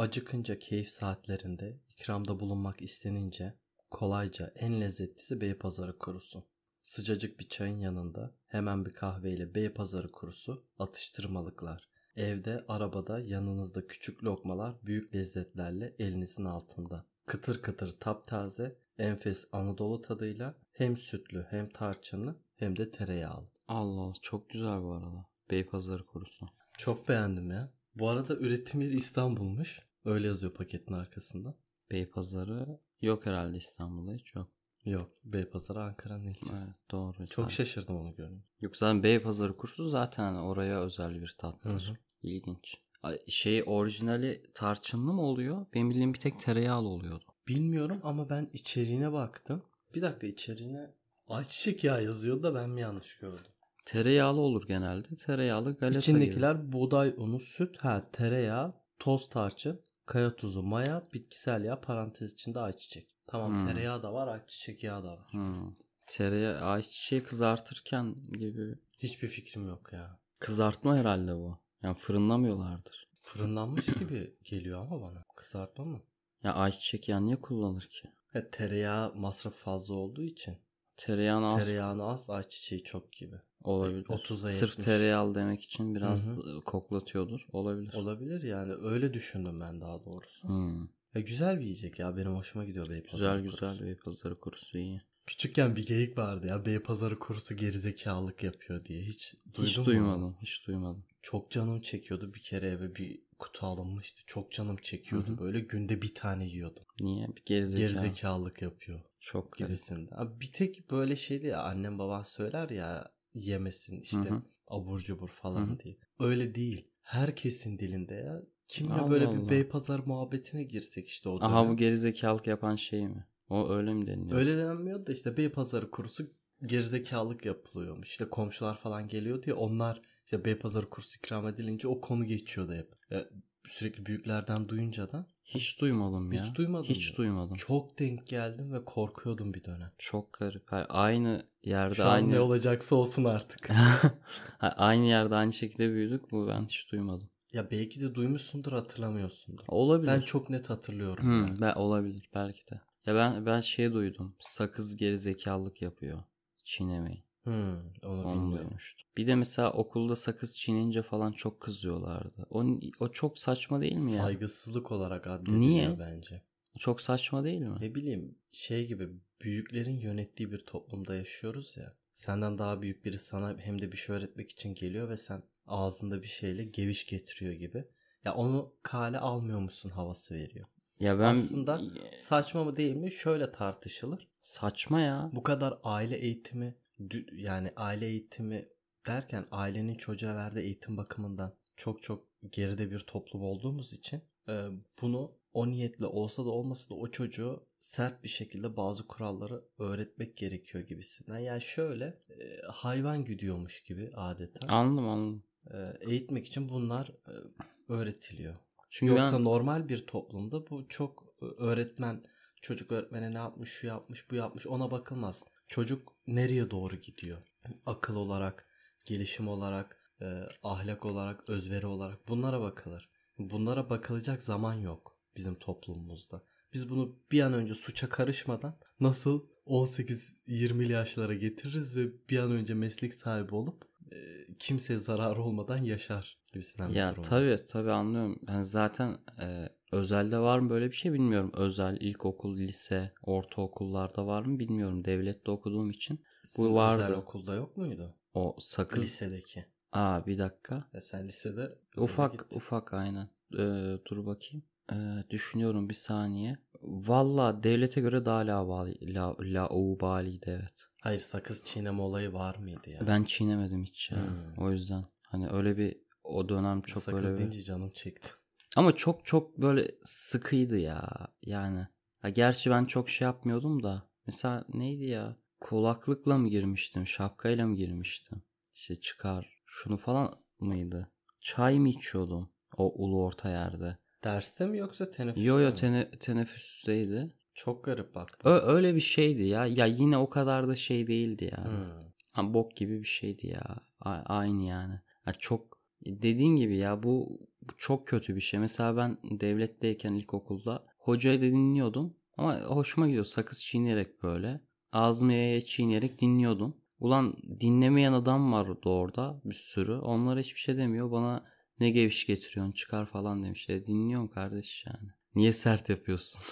Acıkınca keyif saatlerinde ikramda bulunmak istenince kolayca en lezzetlisi Beypazarı kurusu. Sıcacık bir çayın yanında hemen bir kahveyle Beypazarı kurusu atıştırmalıklar. Evde, arabada, yanınızda küçük lokmalar büyük lezzetlerle elinizin altında. Kıtır kıtır taptaze, enfes Anadolu tadıyla hem sütlü hem tarçınlı hem de tereyağlı. Allah Allah, çok güzel bu arada. Beypazarı kurusu. Çok beğendim ya. Bu arada üretim yeri İstanbul'muş. Öyle yazıyor paketin arkasında. Beypazarı yok herhalde, İstanbul'da hiç yok. Yok, Beypazarı Ankara'nın ilçesi. Evet, doğru. Çok şaşırdım onu görünce. Yok, zaten Beypazarı kurusu zaten oraya özel bir tattır. Hı hı. İlginç. Orijinali tarçınlı mı oluyor? Benim bildiğim bir tek tereyağlı oluyordu. Bilmiyorum ama ben içeriğine baktım. Bir dakika, içeriğine ayçiçek yağı yazıyordu da ben mi yanlış gördüm? Tereyağlı olur genelde. Tereyağlı galeta İçindekiler gibi. buğday unu, süt, tereyağı, toz tarçın, kaya tuzu, maya, bitkisel yağ, parantez içinde ayçiçek. Tamam, tereyağı da var, ayçiçek yağı da var. Tereyağı, ayçiçeği kızartırken gibi. Hiçbir fikrim yok ya. Kızartma herhalde bu. Yani fırınlamıyorlardır. Fırınlanmış gibi geliyor ama bana. Kızartma mı? Ya ayçiçek yağı niye kullanır ki? Tereyağı masraf fazla olduğu için. Tereyağını Az, ayçiçeği çok gibi. olabilir. 30'a Sırf 70. tereyağlı demek için biraz koklatıyordur. Olabilir. Olabilir yani, öyle düşündüm ben daha doğrusu. Hmm. Güzel bir yiyecek ya, benim hoşuma gidiyor Beypazarı kurusu. Güzel Beypazarı kurusu iyi. Küçükken bir geyik vardı ya, Beypazarı kurusu gerizekalılık yapıyor diye. Hiç Duymadım. Hiç duymadım. Çok canım çekiyordu, bir kere eve bir kutu alınmıştı. Çok canım çekiyordu, böyle günde bir tane yiyordum. Niye? Bir Gerizekalılık yapıyor. Çok Gibisinde. Abi bir tek böyle şeydi ya, annem baban söyler ya yemesin işte abur cubur falan diye. Öyle değil. Herkesin dilinde ya. Kimle Allah böyle Allah. bir Beypazar muhabbetine girsek işte o dönem. Aha, bu gerizekalılık yapan şey mi? O öyle mi deniliyor? Öyle denmiyor da işte Beypazarı kurusu gerizekalılık yapılıyormuş. İşte komşular falan geliyordu ya, onlar işte Beypazarı kurusu ikram edilince o konu geçiyordu hep. Sürekli büyüklerden duyunca da. Hiç duymadım ya. Hiç duymadım. Hiç duymadım. Çok denk geldim ve korkuyordum bir dönem. Çok garip. Aynı yerde Şu an ne olacaksa olsun artık. aynı yerde aynı şekilde büyüdük. Bu ben hiç duymadım. Ya belki de duymuşsundur, hatırlamıyorsundur. Olabilir. Ben çok net hatırlıyorum yani. Olabilir belki de. Ya ben duydum. Sakız gerizekalılık yapıyor. Çiğnemeyin. Onu duymuştum. Bir de mesela okulda sakız çiğnince falan çok kızıyorlardı. O çok saçma değil mi ya? Saygısızlık olarak addediliyor. Niye? Bence. Çok saçma değil mi? Ne bileyim, şey gibi, büyüklerin yönettiği bir toplumda yaşıyoruz ya. Senden daha büyük biri sana hem de bir şey öğretmek için geliyor ve sen ağzında bir şeyle geviş getiriyor gibi. Ya onu kale almıyormuşsun havası veriyor. Ya ben aslında saçma mı değil mi? Şöyle tartışılır. Saçma ya. Bu kadar aile eğitimi, yani aile eğitimi derken ailenin çocuğa verdiği eğitim bakımından çok çok geride bir toplum olduğumuz için bunu o niyetle olsa da olmasa da o çocuğu sert bir şekilde bazı kuralları öğretmek gerekiyor gibisinden. Yani şöyle hayvan güdüyormuş gibi adeta. Anladım. Eğitmek için bunlar öğretiliyor. Çünkü Yoksa normal bir toplumda bu çok öğretmen çocuk öğretmene ne yapmış, şu yapmış, bu yapmış, ona bakılmaz. Çocuk nereye doğru gidiyor? Akıl olarak, gelişim olarak, ahlak olarak, özveri olarak bunlara bakılır. Bunlara bakılacak zaman yok bizim toplumumuzda. Biz bunu bir an önce suça karışmadan nasıl 18-20'li yaşlara getiririz ve bir an önce meslek sahibi olup kimseye zarar olmadan yaşar gibisinden bir durum. Ya tabii anlıyorum. Yani zaten özelde var mı böyle bir şey bilmiyorum. Özel, ilkokul, lise, ortaokullarda var mı bilmiyorum. Devlette okuduğum için bu vardı. Özel okulda yok muydu? O sakız. Lisedeki. Bir dakika. Sen lisede ufak aynen. Dur bakayım. Düşünüyorum bir saniye. Valla devlete göre daha laubaliydi evet. Hayır, sakız çiğneme olayı var mıydı ya? Ben çiğnemedim hiç ya. O yüzden hani öyle bir o dönem çok sakız böyle deyince canım çekti. Ama çok çok böyle sıkıydı ya. Yani. Gerçi ben çok şey yapmıyordum da. Mesela neydi ya? Kulaklıkla mı girmiştim? Şapkayla mı girmiştim? İşte çıkar. Şunu falan mıydı? Çay mı içiyordum? O ulu orta yerde. Derste mi yoksa teneffüste Yo mi? teneffüsteydi. Çok garip bak. Öyle bir şeydi ya. Ya yine o kadar da şey değildi yani. Bok gibi bir şeydi ya. Aynı yani. Çok dediğin gibi ya bu çok kötü bir şey. Mesela ben devletteyken ilkokulda hocayı da dinliyordum ama hoşuma gidiyor. Sakız çiğneyerek böyle ağzımı yaya çiğneyerek dinliyordum. Ulan dinlemeyen adam vardı orada bir sürü. Onlara hiçbir şey demiyor. Bana ne geviş getiriyorsun çıkar falan demiş. Dinliyorum kardeş yani. Niye sert yapıyorsun?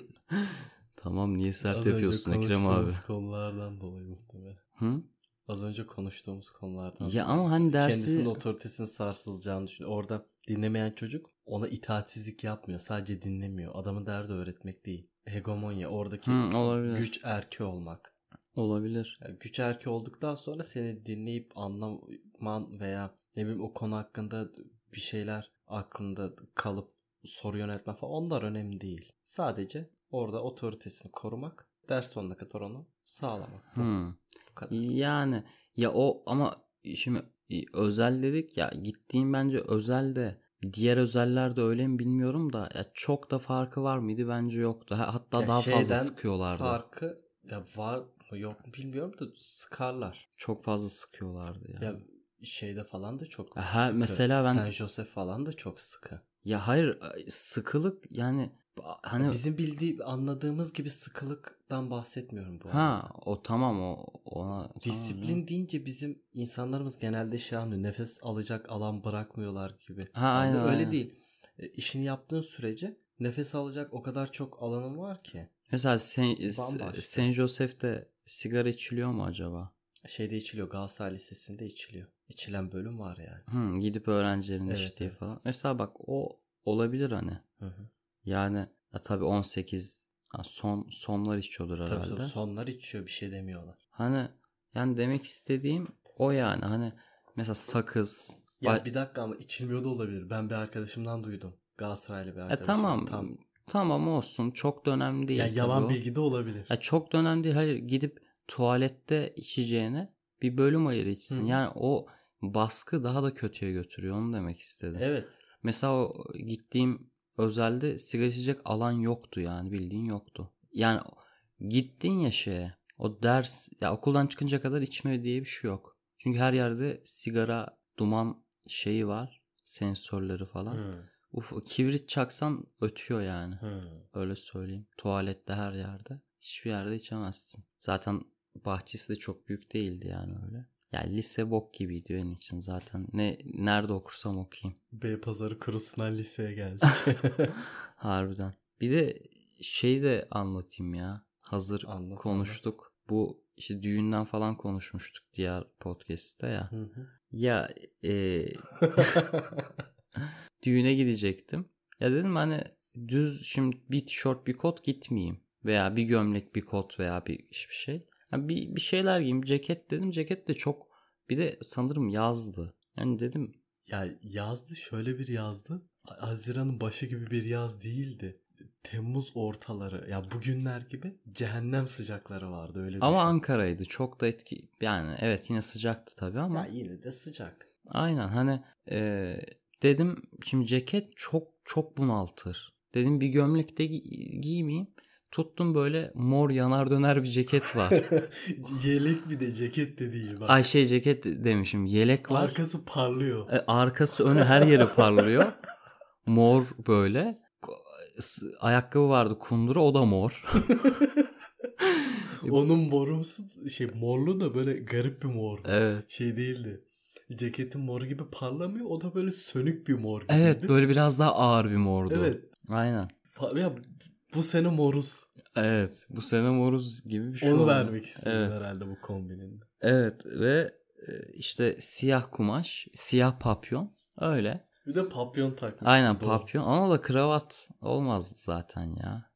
Tamam niye sert Az yapıyorsun önce Ekrem abi? konuştuğumuz konulardan dolayı muhtemelen. Hı? Az önce konuştuğumuz konulardan Ya dolayı. ama hani Kendisinin dersi otoritesinin sarsılacağını düşünüyor. Orada dinlemeyen çocuk ona itaatsizlik yapmıyor. Sadece dinlemiyor. Adamın derdi öğretmek değil. Hegemonya, oradaki olabilir. güç erki olmak. Olabilir. Yani güç erki olduktan sonra seni dinleyip anlaman veya ne bileyim o konu hakkında bir şeyler aklında kalıp soru yöneltme falan onlar önemli değil. Sadece orada otoritesini korumak, ders sonuna kadar onu sağlamak. Bu kadar. Yani ya o ama şimdi özel dedik ya gittiğim bence özelde diğer özellerde öyle mi bilmiyorum da ya çok da farkı var mıydı bence yoktu. Hatta Ya daha fazla şeyden sıkıyorlardı. farkı ya var mı yok mu bilmiyorum da sıkarlar. Çok fazla sıkıyorlardı yani. Ya şeyde falan da çok Ha, sıkı. mesela ben Saint Joseph falan da çok sıkı. ya hayır sıkılık yani hani Bizim anladığımız gibi sıkılıktan bahsetmiyorum bu arada. ha o tamam ona Disiplin tamam. deyince bizim insanlarımız genelde şey anlıyor. Nefes alacak alan bırakmıyorlar gibi. Ha Anlıyor. aynen Öyle aynen. değil. İşini yaptığın sürece nefes alacak o kadar çok alanın var ki. Mesela Bambaşka. Saint Joseph'te sigara içiliyor mu acaba? Şeyde içiliyor. Galatasaray Lisesi'nde içiliyor. İçilen bölüm var yani. Gidip öğrencilerin Evet, içtiği evet. falan. Mesela bak o olabilir hani. Hı. Yani tabii 18 sonlar içiyordur herhalde. Tabii sonlar içiyor, bir şey demiyorlar. Hani yani demek istediğim o yani hani mesela sakız. Ya bir dakika ama içilmiyor da olabilir. Ben bir arkadaşımdan duydum. Galatasaraylı bir Tamam arkadaşımdan. tamam olsun çok da önemli değil Ya tabii yalan o. bilgi de olabilir. Ya çok da önemli değil. Hayır gidip tuvalette içeceğine bir bölüm ayır içsin. Hı. Yani o baskı daha da kötüye götürüyor onu demek istedim. Evet. Mesela o gittiğim özelde sigara içecek alan yoktu yani bildiğin yoktu. Yani gittin ya şeye o ders ya okuldan çıkınca kadar içme diye bir şey yok. Çünkü her yerde sigara duman şeyi var sensörleri falan. Kibrit çaksan ötüyor yani. Öyle söyleyeyim. Tuvalette her yerde. Hiçbir yerde içemezsin. Zaten bahçesi de çok büyük değildi yani öyle. Yani lise bok gibiydi benim için zaten. Nerede okursam okuyayım. Beypazarı kurusundan liseye geldik. Harbiden. Bir de şey de anlatayım ya. Hazır konuştuk. Bu işte düğünden falan konuşmuştuk diğer podcast'te ya. Ya düğüne gidecektim. Ya dedim hani düz şimdi bir tişört bir kot gitmeyeyim. Veya bir gömlek bir kot veya hiçbir şey. Yani bir şeyler giyeyim. Ceket dedim. Ceket de çok bir de sanırım yazdı. Yani dedim. Ya yazdı şöyle bir yazdı. Haziran'ın başı gibi bir yaz değildi. Temmuz ortaları. Ya bugünler gibi cehennem sıcakları vardı öyle Ama düşün. Ankara'ydı. Çok da yani evet yine sıcaktı tabii ama. Ya yine de sıcak. Aynen hani dedim şimdi ceket çok bunaltır. Dedim bir gömlek de giymeyeyim. Tuttum böyle mor yanar döner bir ceket var. Yelek bir de ceket de değil bak. Ay ceket demişim. Yelek var. Arkası parlıyor. Arkası önü her yeri parlıyor. Mor böyle. Ayakkabı vardı kundura o da mor. Onun morumsu morlu da böyle garip bir mordu. Evet. Şey değildi. Ceketin moru gibi parlamıyor. O da böyle sönük bir mor gibiydi. Evet böyle biraz daha ağır bir mordu. Evet. Aynen. Ya bu sene moruz. Evet. Bu sene moruz gibi bir şey Onu oldu. vermek istedim evet. herhalde bu kombinin. Evet ve işte siyah kumaş, siyah papyon öyle. Bir de papyon takmıştım. Aynen papyon ama da kravat olmazdı zaten ya.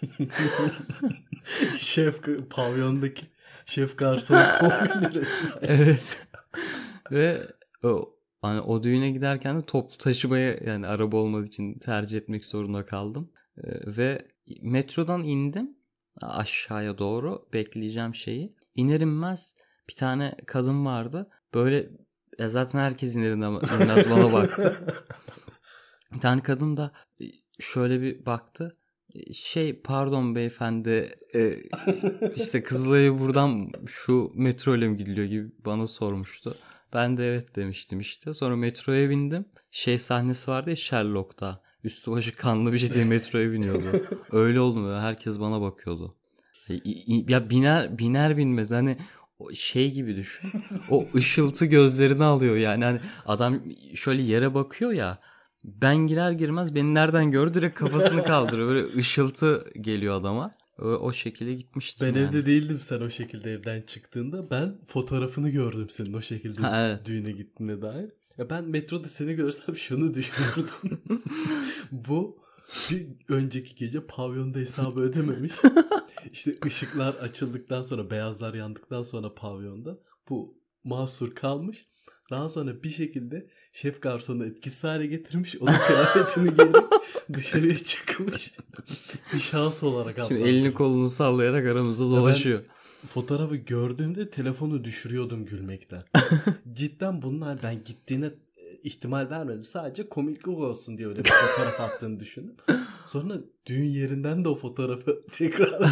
Pavyondaki şef garson kombini resmen. Evet. Ve hani o düğüne giderken de toplu taşımaya yani araba olmadığı için tercih etmek zorunda kaldım. Ve metrodan indim aşağıya doğru bekleyeceğim şeyi. İner inmez bir tane kadın vardı. Böyle ya zaten herkes iner inmez bana baktı. Bir tane kadın da şöyle bir baktı. Pardon beyefendi işte Kızılay'a buradan şu metro ile mi gidiliyor gibi bana sormuştu. Ben de evet demiştim işte. Sonra metroya bindim. Şey sahnesi vardı ya Sherlock'ta. Üstü başı kanlı bir şekilde metroya biniyordu. Öyle oldu mu? Herkes bana bakıyordu. Ya biner binmez hani o şey gibi düşün. O ışıltı gözlerini alıyor yani. Hani adam şöyle yere bakıyor ya. Ben girer girmez beni nereden gördü direkt kafasını kaldırıyor. Böyle ışıltı geliyor adama. O şekilde gitmiştim Ben yani. evde değildim sen o şekilde evden çıktığında. Ben fotoğrafını gördüm senin o şekilde Ha, evet. düğüne gittiğine dair. Ya ben metroda seni görsem şunu düşünürdüm. Bu bir önceki gece pavyonda hesabı ödememiş. İşte ışıklar açıldıktan sonra, beyazlar yandıktan sonra pavyonda bu mahsur kalmış. Daha sonra bir şekilde şef garsonu etkisiz hale getirmiş. Onun kıyafetini giyerek dışarıya çıkmış. Bir şahıs olarak Şimdi adlandırıyor. elini kolunu sallayarak aramızda dolaşıyor. Fotoğrafı gördüğümde telefonu düşürüyordum gülmekten. Cidden bunlar ben gittiğine ihtimal vermedim. Sadece komiklik olsun diye öyle bir fotoğraf attığını düşündüm. Sonra düğün yerinden de o fotoğrafı tekrar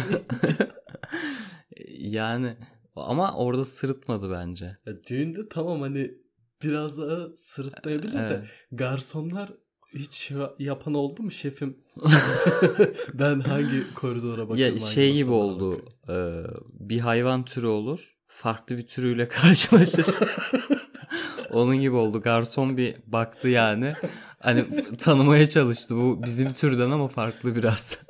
Yani ama orada sırıtmadı bence. ya düğünde tamam hani biraz daha sırıtmayabilir de Evet. garsonlar hiç şey yapan oldu mu şefim? Ben hangi koridora bakıyorum? Ya hangi şey gibi masalara oldu. bakıyorum? Bir hayvan türü olur. Farklı bir türüyle karşılaşır. Onun gibi oldu. Garson bir baktı yani. Hani tanımaya çalıştı. Bu bizim türden ama farklı biraz.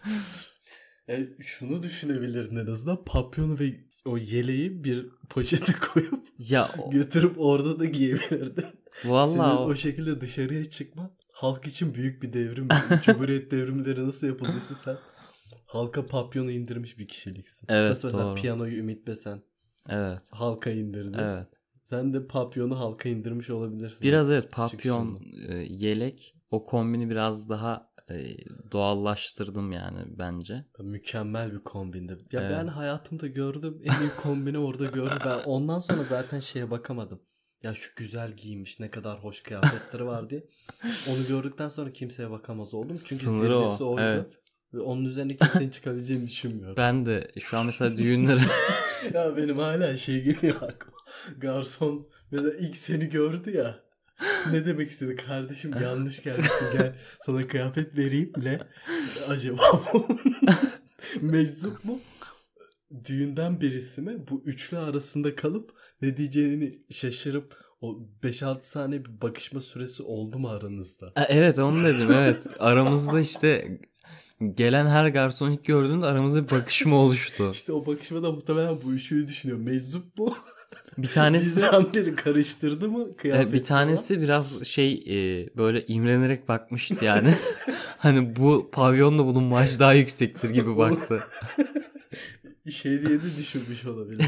Şunu düşünebilirdin en azından. Papyonu ve o yeleği bir poşete koyup Ya götürüp orada da giyebilirdin. Senin vallahi o şekilde dışarıya çıkman halk için büyük bir devrim. Cumhuriyet devrimleri nasıl yapıldıysa sen halka papyonu indirmiş bir kişiliksin. evet Nasıl mesela doğru. piyanoyu Ümit Besen Evet. halka indirdi. Evet. Sen de papyonu halka indirmiş olabilirsin. Biraz evet papyon, Çıkışında. yelek o kombini biraz daha doğallaştırdım yani bence. Mükemmel bir kombindi. Ya Evet. ben hayatımda gördüm en iyi kombini orada gördüm. Ben ondan sonra zaten şeye bakamadım. Ya şu güzel giymiş ne kadar hoş kıyafetleri var diye. Onu gördükten sonra kimseye bakamaz oldum. Çünkü Sınırı zirvesi o. oydu. Evet. Ve onun üzerine kimsenin çıkabileceğini düşünmüyorum. Ben de şu an mesela düğünlere Ya benim hala şey geliyor aklıma. Garson mesela ilk seni gördü ya. Ne demek istedi? Kardeşim yanlış gelmişsin. Gel sana kıyafet vereyim. Ne? Acaba bu meczup mu? Düğünden birisi mi? Bu üçlü arasında kalıp ne diyeceğini şaşırıp o 5-6 saniye bir bakışma süresi oldu mu aranızda? Evet onu dedim evet. Aramızda işte gelen her garson ilk gördüğümde aramızda bir bakışma oluştu. İşte o bakışmada muhtemelen bu üçlüyü düşünüyor. Meczup mu? Bir tanesi Bizden biri karıştırdı mı kıyafet bir tanesi biraz şey böyle imrenerek bakmıştı yani. Hani bu pavyonda bunun maaşı daha yüksektir gibi baktı. Şey diye de düşünmüş olabilir.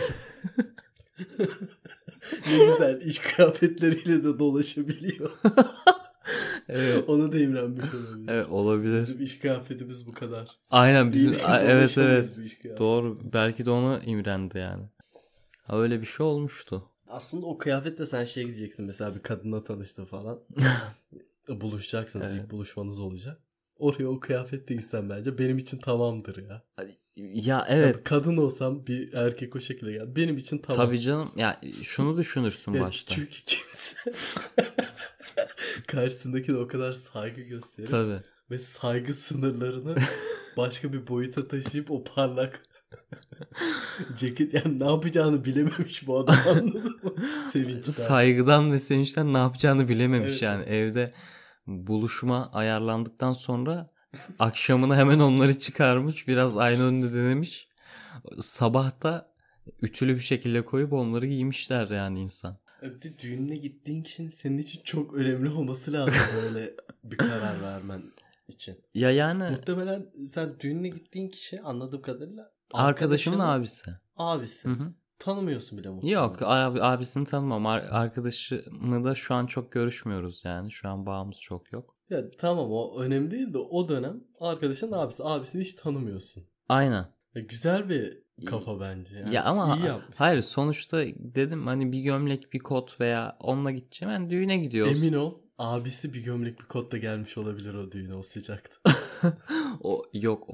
Ne güzel iş kıyafetleriyle de dolaşabiliyor. Evet. Ona da imrenmiş olabilir. Evet olabilir. Bizim iş kıyafetimiz bu kadar. Aynen bizim İyi, evet dolaşamayız evet. bu iş kıyafeti. Doğru. Belki de ona imrendi yani. Ha, öyle bir şey olmuştu. Aslında o kıyafetle sen şeye gideceksin mesela bir kadınla tanıştın falan. Buluşacaksınız Evet. ilk buluşmanız olacak. Oraya o kıyafetle gitsen bence benim için tamamdır ya. Ya evet. Ya kadın olsam bir erkek o şekilde gel. Benim için tamam. Tabii canım. Ya şunu düşünürsün Ya başta. çünkü kimse karşısındakine o kadar saygı gösterip Tabii. ve saygı sınırlarını başka bir boyuta taşıyıp o parlak ceket yani ne yapacağını bilememiş bu adam anladın mı? Sevinçten. Saygıdan ve sevinçten ne yapacağını bilememiş Evet. yani. Evde buluşma ayarlandıktan sonra akşamına hemen onları çıkarmış. Biraz aynı önünde denemiş. Sabah da ütülü bir şekilde koyup onları giymişler yani insan. Bir de düğününe gittiğin kişinin senin için çok önemli olması lazım böyle bir karar vermen için. Ya yani Muhtemelen sen düğününe gittiğin kişi anladığım kadarıyla arkadaşımın arkadaşının abisi. abisi. Hı hı. Tanımıyorsun bile muhtemelen. Yok abisini tanımam. Arkadaşımı da şu an çok görüşmüyoruz yani. Şu an bağımız çok yok. Ya tamam o önemli değil de o dönem arkadaşın abisi. Abisini hiç tanımıyorsun. Aynen. Ya güzel bir kafa bence. Yani Ya ama iyi yapmışsın. hayır sonuçta dedim hani bir gömlek bir kot veya onunla gideceğim. Yani düğüne gidiyoruz. Emin ol abisi bir gömlek bir kotla gelmiş olabilir o düğüne o sıcakta. O yok o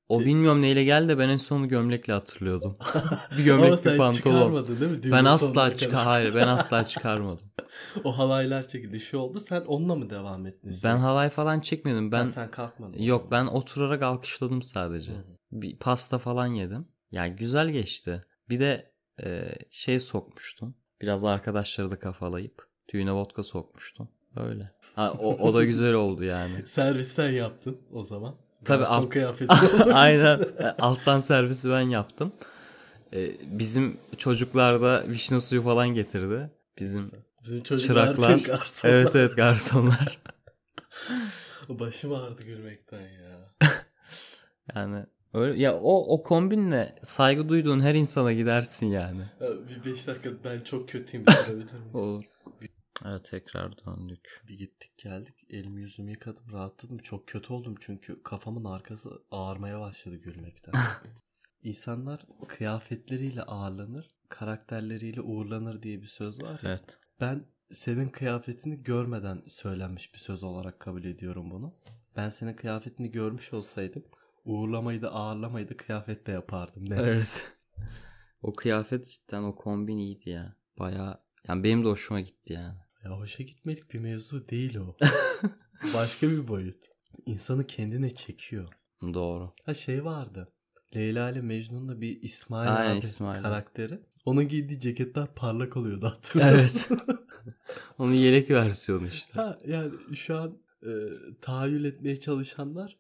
O bilmiyorum neyle geldi de ben en son gömlekle hatırlıyordum. Bir Ama gömlek bir sen pantolon. çıkarmadın değil mi? Düğünün Ben sonuna asla kadar. hayır ben asla çıkarmadım. O halaylar çekilişi oldu. Sen onunla mı devam ettin Ben sürekli? halay falan çekmedim. Ben Sen kalkmadın. o yok zaman. ben oturarak alkışladım sadece. Hı. Bir pasta falan yedim. Yani güzel geçti. Bir de şey sokmuştum. Biraz arkadaşları da kafalayıp düğüne vodka sokmuştum. Öyle. Ha, o da güzel oldu yani. Servis sen yaptın o zaman. Tabii Garson kıyafeti olmak aynen için. alttan servisi ben yaptım. Bizim çocuklar da vişne suyu falan getirdi. Bizim Bizim çocuklar çıraklar. garsonlar. Evet garsonlar. Başım ağrıdı gülmekten ya. Yani öyle ya o kombinle saygı duyduğun her insana gidersin yani. Bir 5 dakika ben çok kötüyüm. Bitirebilir miyiz? Olur. Evet tekrar döndük. Bir gittik geldik. Elimi yüzümü yıkadım. Rahatladım. Çok kötü oldum çünkü kafamın arkası ağrımaya başladı gülmekten. İnsanlar kıyafetleriyle ağırlanır, karakterleriyle uğurlanır diye bir söz var ya. Evet. Ben senin kıyafetini görmeden söylenmiş bir söz olarak kabul ediyorum bunu. Ben senin kıyafetini görmüş olsaydım uğurlamayı da ağırlamayı da kıyafetle yapardım. Net. Evet. O kıyafet cidden o kombin iyiydi ya. Bayağı yani benim de hoşuma gitti yani. Ya hoşa gitmelik bir mevzu değil o. Başka bir boyut. İnsanı kendine çekiyor. Doğru. Ha şey vardı. Leyla ile Mecnun'da bir İsmail Aynen, abi İsmail. karakteri. Onun giydiği ceketler parlak oluyordu hatırlıyor Evet. musun? Onun yelek versiyonu işte. Ha, yani şu an tahayyül etmeye çalışanlar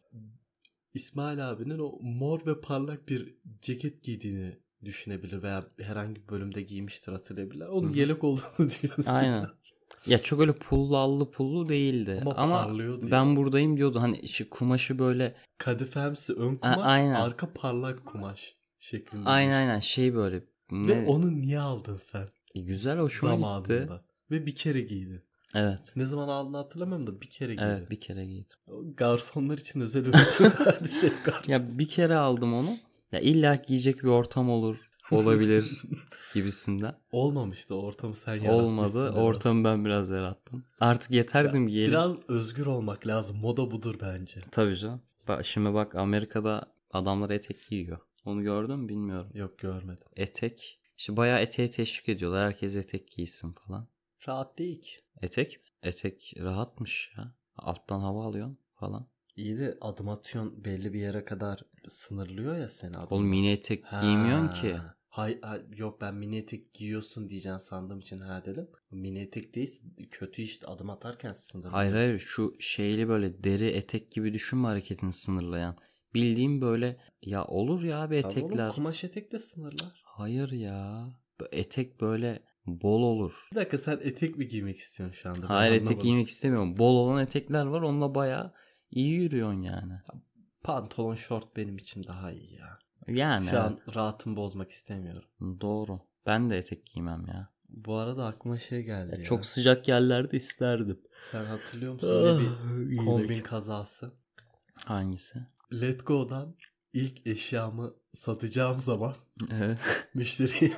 İsmail abinin o mor ve parlak bir ceket giydiğini düşünebilir veya herhangi bir bölümde giymiştir hatırlayabilirler. Onun yelek olduğunu düşünsün. Aynen. Ya çok öyle pullu allı pullu değildi. Ama Ama parlıyordu ben ya. buradayım diyordu. Hani kumaşı böyle Kadifemsi ön kumaş, aynen. arka parlak kumaş şeklinde. aynen şey böyle. Ve onu niye aldın sen? Güzel hoşuma gitti. Zamanında. Ve bir kere giydin. Evet. Ne zaman aldığını hatırlamıyorum da bir kere giydin. Evet bir kere giydim. O garsonlar için özel üretim verdi şef garson. Ya bir kere aldım onu. Ya illa giyecek bir ortam olabilir gibisinden. Olmamıştı o ortamı sen yaratmışsın. Olmadı. biraz. Ortamı ben biraz yarattım. Artık yeterdim giyelim. Biraz özgür olmak lazım. Moda budur bence. Tabii canım. Şimdi bak Amerika'da adamlar etek giyiyor. Onu gördün mü bilmiyorum. Yok görmedim. Etek. İşte bayağı eteği teşvik ediyorlar. Herkes etek giysin falan. Rahat değil ki. Etek mi? Etek rahatmış ya. Alttan hava alıyorsun falan. İyi de adım atıyorsun belli bir yere kadar sınırlıyor ya seni adım. Oğlum mini etek giymiyorsun ki. Yok ben mini etek giyiyorsun diyeceğin sandığım için ha dedim. Mini etek değil kötü işte adım atarken sınırlıyor. Hayır şu şeyli böyle deri etek gibi düşünme hareketini sınırlayan. Bildiğim böyle ya olur ya abi Tamam etekler. oğlum, kumaş etek de sınırlar. Hayır ya. Etek böyle bol olur. Bir dakika sen etek mi giymek istiyorsun şu anda? Ben Hayır etek anlamadım. giymek istemiyorum. Bol olan etekler var. Onunla bayağı iyi yürüyorsun yani. Pantolon şort benim için daha iyi ya. Yani Şu an rahatımı bozmak istemiyorum. doğru. Ben de etek giymem ya. Bu arada aklıma şey geldi ya. Çok sıcak yerlerde isterdim. Sen hatırlıyor musun öyle bir iyi kombin kazası? Hangisi? Let Go'dan ilk eşyamı satacağım zaman Evet. müşteriyi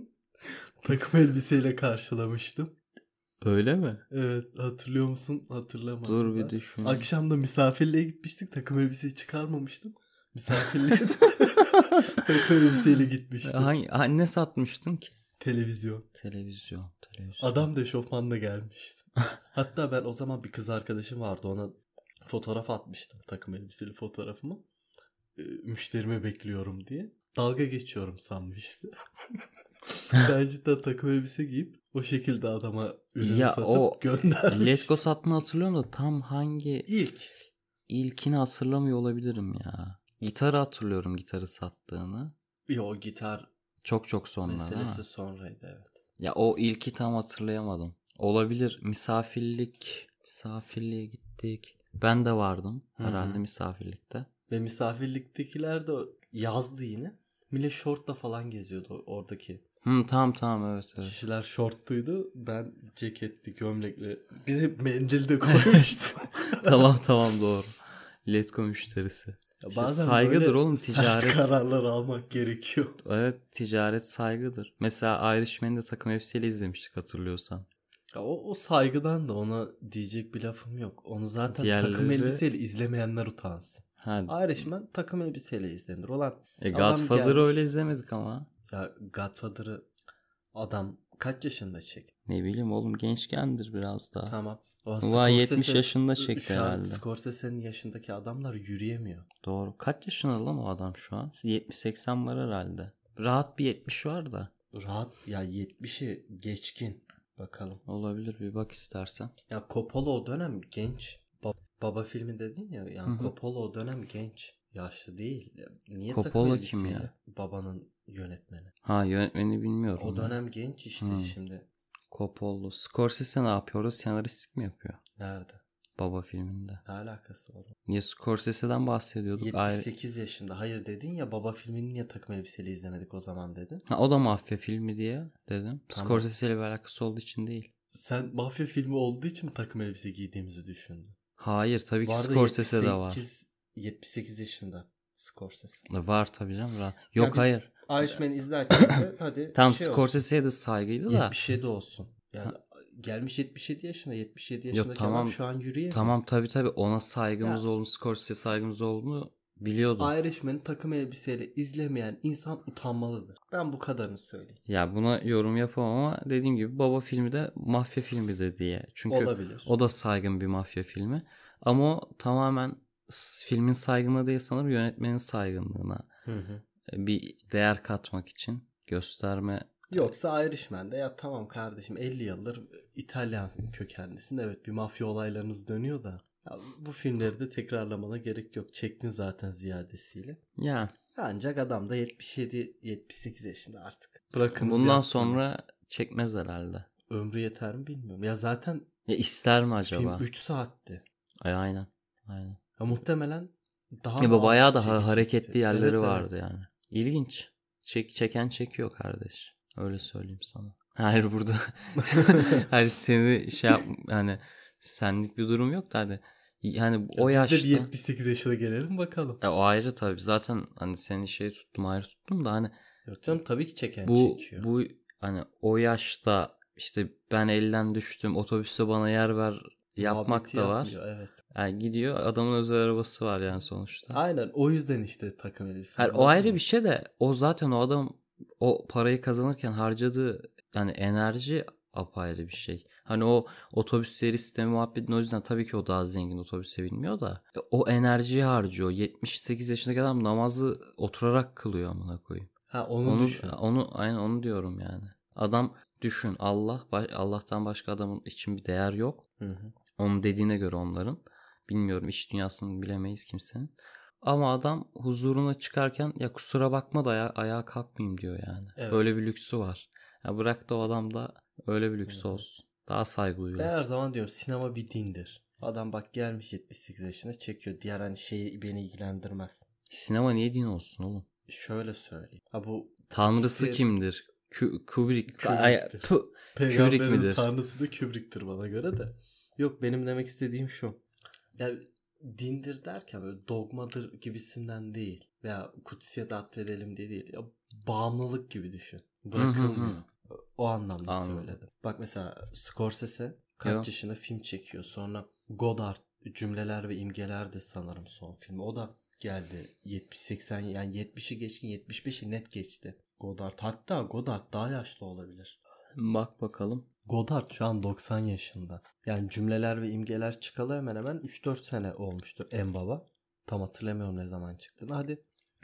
takım elbiseyle karşılamıştım. Öyle mi? Evet hatırlıyor musun? Hatırlamadım. Dur bir ben. düşün. Akşam da misafirliğe gitmiştik. Takım elbiseyi çıkarmamıştım. Misafirliğe takım elbiseyle gitmiştim. Ne satmıştın ki? Televizyon. Televizyon. Adam da eşofmanla gelmişti. Hatta ben o zaman bir kız arkadaşım vardı. Ona fotoğraf atmıştım. Takım elbiseli fotoğrafımı. Müşterimi bekliyorum diye. Dalga geçiyorum sanmıştı. Ben cidden takım elbise giyip o şekilde adama ürünü Ya satıp o göndermiştim. Letgo satını hatırlıyorum da tam hangi İlk. ilkini hatırlamıyor olabilirim ya. Gitarı hatırlıyorum gitarı sattığını. Yo gitar Çok sonra değil mi? meselesi sonraydı evet. Ya o ilki tam hatırlayamadım. Olabilir. Misafirliğe gittik. Ben de vardım herhalde Hı-hı. misafirlikte. Ve misafirliktekiler de yazdı yine. Millet şortla falan geziyordu oradaki. Tamam evet. Kişiler şortluydu. Ben ceketli, gömlekli. Bir de mendil de koymuştum. tamam doğru. Letgo müşterisi. İşte Bazen saygıdır böyle oğlum sert ticaret. kararlar almak gerekiyor. Evet ticaret saygıdır. Mesela Irishman'i de takım elbiseyle izlemiştik hatırlıyorsan. Ya o saygıdan da ona diyecek bir lafım yok. Onu zaten takım Diğerleri- elbiseyle izlemeyenler utansın. Ha, Irishman takım elbiseyle izlenir. Ulan adam Godfather'ı gelmiş. öyle izlemedik ama. Ya Godfather'ı adam kaç yaşında çekti? Ne bileyim oğlum, gençkendir biraz daha. Tamam. O Vay, 70 yaşında çekti şu an herhalde. Scorsese'nin yaşındaki adamlar yürüyemiyor. Doğru. Kaç yaşında lan o adam şu an? 70-80 var herhalde. Rahat bir 70 var da. Rahat ya, 70'i geçkin. Bakalım. Olabilir, bir bak istersen. Ya Coppola o dönem genç. Baba filmi dedin ya. Yani Hı hı. Coppola o dönem genç. Yaşlı değil. Niye Coppola takım kim elbiseyle? ya? Babanın yönetmeni. Ha, yönetmeni bilmiyorum. O ben. dönem genç işte Hı. şimdi. Coppola. Scorsese ne yapıyordu? Senaristlik mi yapıyor? Nerede? Baba filminde. Ne alakası var? Niye Scorsese'den bahsediyorduk? 78 yaşında. Hayır dedin ya, baba filmini niye takım elbiseyle izlemedik o zaman dedin. Ha, o da mafya filmi diye dedim. Tamam. Scorsese ile bir alakası olduğu için değil. Sen mafya filmi olduğu için mi takım elbise giydiğimizi düşündün? Hayır, tabii ki Vardı Scorsese de var. 78 yaşında Scorsese. Var tabii canım. Yok, biz hayır. Irishman'ı izlerken de hadi Tam şey Scorsese'ye de saygıydı da. 77 olsun. Yani gelmiş 77 yaşında. 77 yaşındaki tamam. adam şu an yürüyemiyor. Tamam, tabii ona saygımız olduğunu, Scorsese saygımız olduğunu biliyordum. Irishman'ı takım elbiseyle izlemeyen insan utanmalıdır. Ben bu kadarını söyleyeyim. Ya buna yorum yapamam ama dediğim gibi baba filmi de mafya filmi de diye. Çünkü olabilir. o da saygın bir mafya filmi. Ama o tamamen filmin saygınlığı değil, sanırım yönetmenin saygınlığına bir değer katmak için gösterme. Yoksa Irishman'de ya tamam kardeşim 50 yıldır İtalyan kökenlisin. Evet, bir mafya olaylarınız dönüyor da. Ya bu filmleri de tekrarlamana gerek yok. Çektin zaten ziyadesiyle. Ya Ancak adam da 77-78 yaşında artık. Bırakın bundan yapsın. sonra çekmez herhalde. Ömrü yeter mi bilmiyorum. Ya zaten Ya ister mi acaba? film 3 saatti. Aynen. Ya muhtemelen daha Ya az bayağı da çekecekti. hareketli yerleri Evet, vardı evet. yani. İlginç. Çeken çekiyor kardeş. Öyle söyleyeyim sana. Hayır, burada hani seni hani senlik bir durum yok da hadi. Yani o Biz yaşta. de bir 78 yaşına gelelim bakalım. O ayrı tabii. Zaten hani seni ayrı tuttum da hani Yok canım, tabii ki çeken çekiyor. bu hani o yaşta işte ben elden düştüm, otobüste bana yer ver yapmak Muhabbeti da var. yapmıyor, evet. Yani gidiyor, adamın özel arabası var yani sonuçta. Aynen, o yüzden işte takım elbise. Hayır, o ayrı bir şey de o zaten o adam o parayı kazanırken harcadığı yani enerji apayrı bir şey. Hani o otobüsleri sistemi muhabbetini, o yüzden tabii ki o daha zengin, otobüse binmiyor da o enerjiyi harcıyor. 78 yaşındaki adam namazı oturarak kılıyor amına koyayım. Ha, onu düşün. Aynen onu diyorum yani. Adam düşün, Allah'tan başka adamın için bir değer yok. Hı. Onun dediğine göre onların. Bilmiyorum, iç dünyasını bilemeyiz kimsenin. Ama adam huzuruna çıkarken ya kusura bakma da ayağa kalkmayayım diyor yani. Evet. Böyle bir lüksü var. Ya bırak da o adam da öyle bir lüksü olsun. Daha saygı Ben her duyuyorsun. zaman diyorum, sinema bir dindir. Adam bak gelmiş 78 yaşında çekiyor. Diğer hani şeyi beni ilgilendirmez. Sinema niye din olsun oğlum? Şöyle söyleyeyim. Ha, bu Tanrısı kimdir? Kubrick Kubrick'tir. Kubrick Peygamberin midir? tanrısı da Kubrick'tir bana göre de. Yok, benim demek istediğim şu. Yani dindir derken böyle dogmadır gibisinden değil. Veya kutsiyet atfedelim diye değil. Ya, bağımlılık gibi düşün. Bırakılmıyor. O anlamda Anladım. söyledim. Bak mesela Scorsese kaç yaşında film çekiyor. Sonra Godard, Cümleler ve İmgeler de sanırım son filmi. O da geldi 70-80, yani 70'i geçkin, 75'i net geçti Godard. Hatta Godard daha yaşlı olabilir. Bak bakalım. Godard şu an 90 yaşında. Yani Cümleler ve İmgeler çıkalı hemen hemen 3-4 sene olmuştur en baba. Tam hatırlamıyorum ne zaman çıktığını. Hadi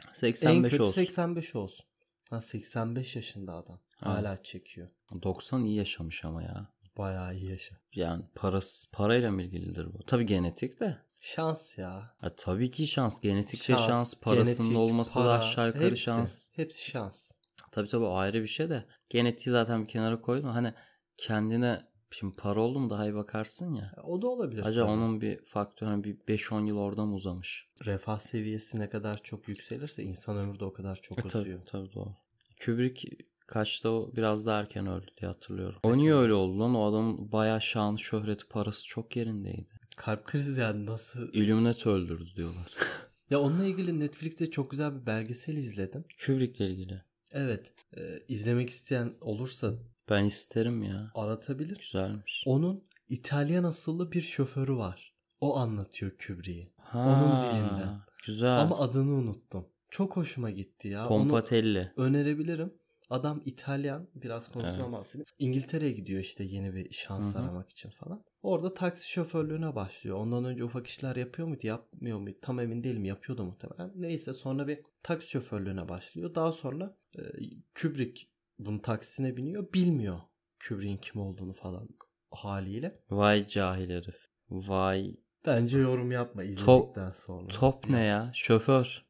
85 en kötü olsun. 85 olsun. Ha, 85 yaşında adam. Hala çekiyor. 90 iyi yaşamış ama ya. Bayağı iyi yaşa. Yani parayla mı ilgilidir bu? Tabii genetik de. Şans ya. Tabii ki şans. Genetik de şans. Parasının genetik, olması da aşağı yukarı hepsi, şans. Hepsi şans. Tabii o ayrı bir şey de. Genetiği zaten bir kenara koydum. Hani kendine şimdi para oldu mu daha iyi bakarsın ya. O da olabilir. Acaba onun bir faktörü, hani bir 5-10 yıl orada mı uzamış? Refah seviyesi ne kadar çok yükselirse insan ömrü de o kadar çok uzuyor. Tabii doğru. Kubrick kaçta, o biraz daha erken öldü diye hatırlıyorum. O niye öyle oldu lan? O adamın bayağı şanı, şöhreti, parası çok yerindeydi. Kalp krizi yani nasıl? Illuminati öldürdü diyorlar. Ya onunla ilgili Netflix'te çok güzel bir belgesel izledim. Kubrick'le ilgili. Evet. İzlemek isteyen olursa Ben isterim ya. aratabilir. Güzelmiş. Onun İtalyan asıllı bir şoförü var. O anlatıyor Kubrick'i. Onun dilinden. Güzel. Ama adını unuttum. Çok hoşuma gitti ya. Pompatelli. Onu önerebilirim. Adam İtalyan. Biraz konuşuyor Evet. ama bahsedeyim. İngiltere'ye gidiyor işte yeni bir şans Hı hı. aramak için falan. Orada taksi şoförlüğüne başlıyor. Ondan önce ufak işler yapıyor muydu, yapmıyor muydu? Tam emin değilim. Yapıyordu muhtemelen. Neyse sonra bir taksi şoförlüğüne başlıyor. Daha sonra Kubrick bunun taksisine biniyor. Bilmiyor Kubrick'in kim olduğunu falan haliyle. Vay cahil herif. Vay. Bence yorum yapma izledikten sonra. Top ne ya? Şoför.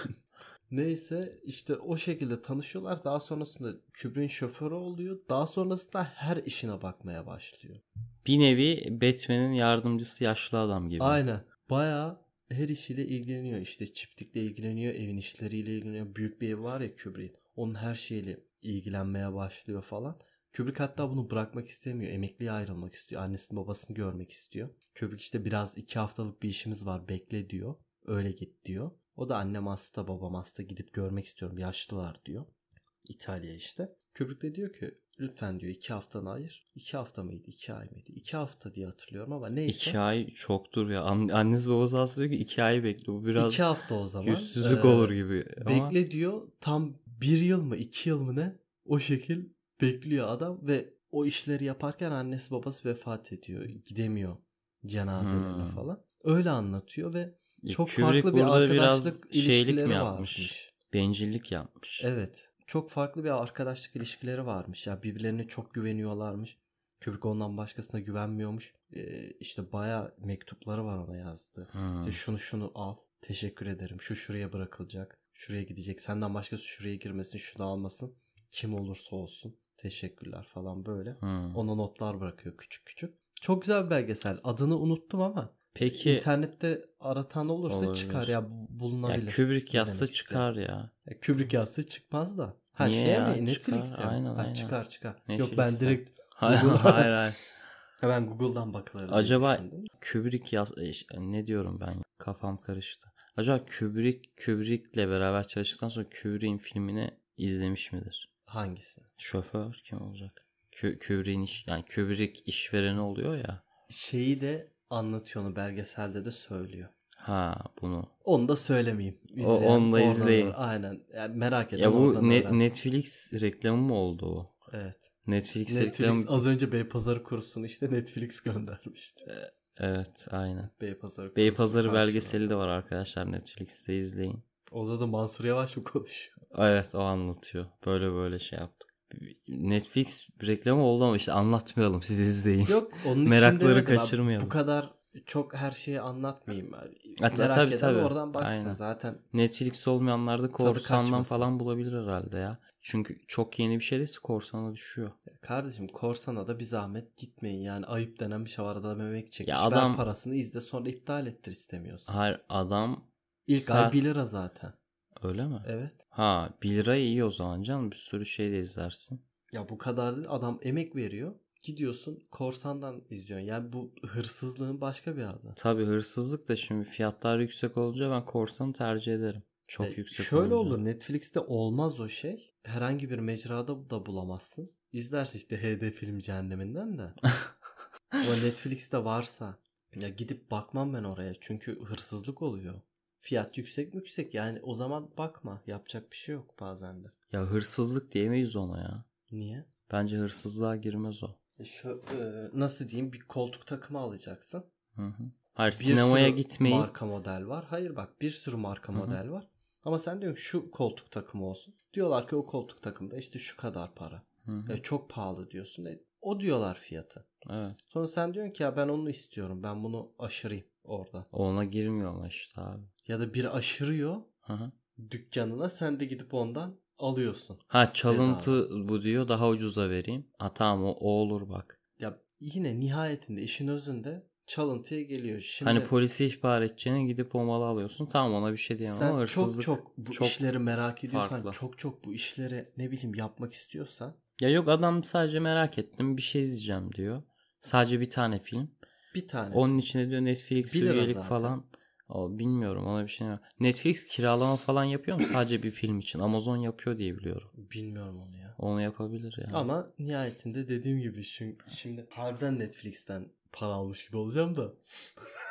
Neyse işte o şekilde tanışıyorlar. Daha sonrasında Kubrick'in şoförü oluyor. Daha sonrasında her işine bakmaya başlıyor. Bir nevi Batman'in yardımcısı yaşlı adam gibi. Aynen. Bayağı her işiyle ilgileniyor. İşte çiftlikle ilgileniyor, evin işleriyle ilgileniyor. Büyük bir ev var ya Kubrick'in. Onun her şeyiyle ilgilenmeye başlıyor falan. Kubrick hatta bunu bırakmak istemiyor. Emekliye ayrılmak istiyor. Annesini babasını görmek istiyor. Kubrick işte biraz 2 haftalık bir işimiz var bekle diyor. Öyle git diyor. O da annem hasta babam hasta gidip görmek istiyorum yaşlılar diyor. İtalya işte. Kubrick de diyor ki lütfen diyor 2 haftanı ayır. 2 hafta mıydı 2 ay mıydı? 2 hafta diye hatırlıyorum ama neyse. 2 ay çoktur ya. Annesi babası hasta diyor ki 2 ay bekle. Bu biraz 2 hafta o zaman. yüzsüzlük olur gibi. Ama Bekle diyor tam 1 yıl mı 2 yıl mı ne? O şekil bekliyor adam ve o işleri yaparken annesi babası vefat ediyor. Gidemiyor cenazelerine falan. Öyle anlatıyor ve çok Kubrick farklı bir burada biraz arkadaşlık şeylik ilişkileri mi yapmış? varmış. Bencillik yapmış. Evet. Çok farklı bir arkadaşlık ilişkileri varmış. Ya birbirlerine çok güveniyorlarmış. Kubrick ondan başkasına güvenmiyormuş. İşte bayağı mektupları var ona yazdığı. İşte şunu al. Teşekkür ederim. Şu şuraya bırakılacak. Şuraya gidecek. Senden başkası şuraya girmesin. Şunu almasın. Kim olursa olsun. Teşekkürler falan böyle. Ona notlar bırakıyor küçük küçük. Çok güzel bir belgesel. Adını unuttum ama Peki internette aratan olursa olabilir. çıkar ya bulunabilir. Ya Kubrick yazsa İzlemek çıkar isterim. ya. Kubrick yazsa çıkmaz da. Ha Niye şey ya? mi? Çıkar. Netflix'e mi? Aynen, Ha, aynen. çıkar. Yok ben Netflix'te. direkt Hayır Google'dan hayır. hemen Google'dan bakılır diye Acaba düşündüm. Kubrick ne diyorum ben ya? Kafam karıştı. Acaba Kubrick'le beraber çalıştıktan sonra Kubrick'in filmini izlemiş midir? Hangisi? Şoför kim olacak? Kubrick'in yani Kubrick işvereni oluyor ya. Şeyi de anlatıyor onu belgeselde de söylüyor. Ha bunu. Onu da söylemeyeyim. Onu da oradan izleyin. aynen. Yani merak eden Ya bu oradan öğrensin. Netflix reklamı mı oldu o? Evet. Netflix Netflix az önce Beypazarı kurusunu işte Netflix göndermişti. Evet aynen. Beypazarı kurusu belgeseli de var arkadaşlar, Netflix'te izleyin. Orada da Mansur Yavaş mı konuşuyor? Evet o anlatıyor. Böyle şey yaptık. Netflix reklamı oldu ama işte anlatmayalım, siz izleyin. Yok onun için Merakları demedim. kaçırmayalım. Bu kadar çok her şeyi anlatmayayım. Merak Tabii, eden tabii. oradan baksın Aynen. zaten. Netflix olmayanlar da Tadı korsandan kaçmasın. falan bulabilir herhalde ya. Çünkü çok yeni bir şey değilse korsana düşüyor. Kardeşim korsana da bir zahmet gitmeyin. Yani ayıp denen bir şey var. Adam emek çekmiş. Ya adam- Ver parasını izle sonra iptal ettir istemiyorsan. Hayır adam İlk ay 1 lira zaten. Öyle mi? Evet. Ha 1 lira iyi o zaman canım, bir sürü şey de izlersin. Ya bu kadar değil. Adam emek veriyor. Gidiyorsun korsandan izliyorsun. Yani bu hırsızlığın başka bir adı. Tabii hırsızlık da şimdi fiyatlar yüksek olunca ben korsanı tercih ederim. Çok yüksek Şöyle olunca. olur. Netflix'te olmaz o şey. Herhangi bir mecrada da bulamazsın. İzlersin işte HD film cehenneminden de. Ama Netflix'te varsa ya gidip bakmam ben oraya. Çünkü hırsızlık oluyor. Fiyat yüksek yani o zaman bakma. Yapacak bir şey yok bazen de. Ya hırsızlık diyemeyiz ona ya. Niye? Bence hırsızlığa girmez o. Nasıl diyeyim bir koltuk takımı alacaksın. Hı. Hayır Bir sinemaya sürü gitmeyin. marka model var. Hayır bak bir sürü marka model var. Ama sen diyorsun ki şu koltuk takımı olsun. Diyorlar ki o koltuk takımda işte şu kadar para. Çok pahalı diyorsun. O diyorlar fiyatı. Evet. Sonra sen diyorsun ki ya ben onu istiyorum. Ben bunu aşırayım orada. Ona girmiyor ama işte abi. Ya da biri aşırıyor Hı. dükkanına sen de gidip ondan alıyorsun. Ha çalıntı bu diyor, daha ucuza vereyim. Ha tamam o olur bak. Ya yine nihayetinde işin özünde çalıntıya geliyor. Şimdi Hani polise ihbar edeceğine gidip o malı alıyorsun. Tamam ona bir şey diyemem sen ama hırsızlık çok bu çok işleri merak ediyorsan farklı. çok bu işleri ne bileyim yapmak istiyorsan Ya yok adam sadece merak ettim bir şey izleyeceğim diyor. Sadece bir tane film. bir tane. Onun içine diyor Netflix 1 lira üyelik zaten. falan. O bilmiyorum ona bir şey diyemem. Netflix kiralama falan yapıyor mu sadece bir film için? Amazon yapıyor diye biliyorum. Bilmiyorum onu ya. Onu yapabilir yani. Ama nihayetinde dediğim gibi şimdi harbiden Netflix'ten para almış gibi olacağım da.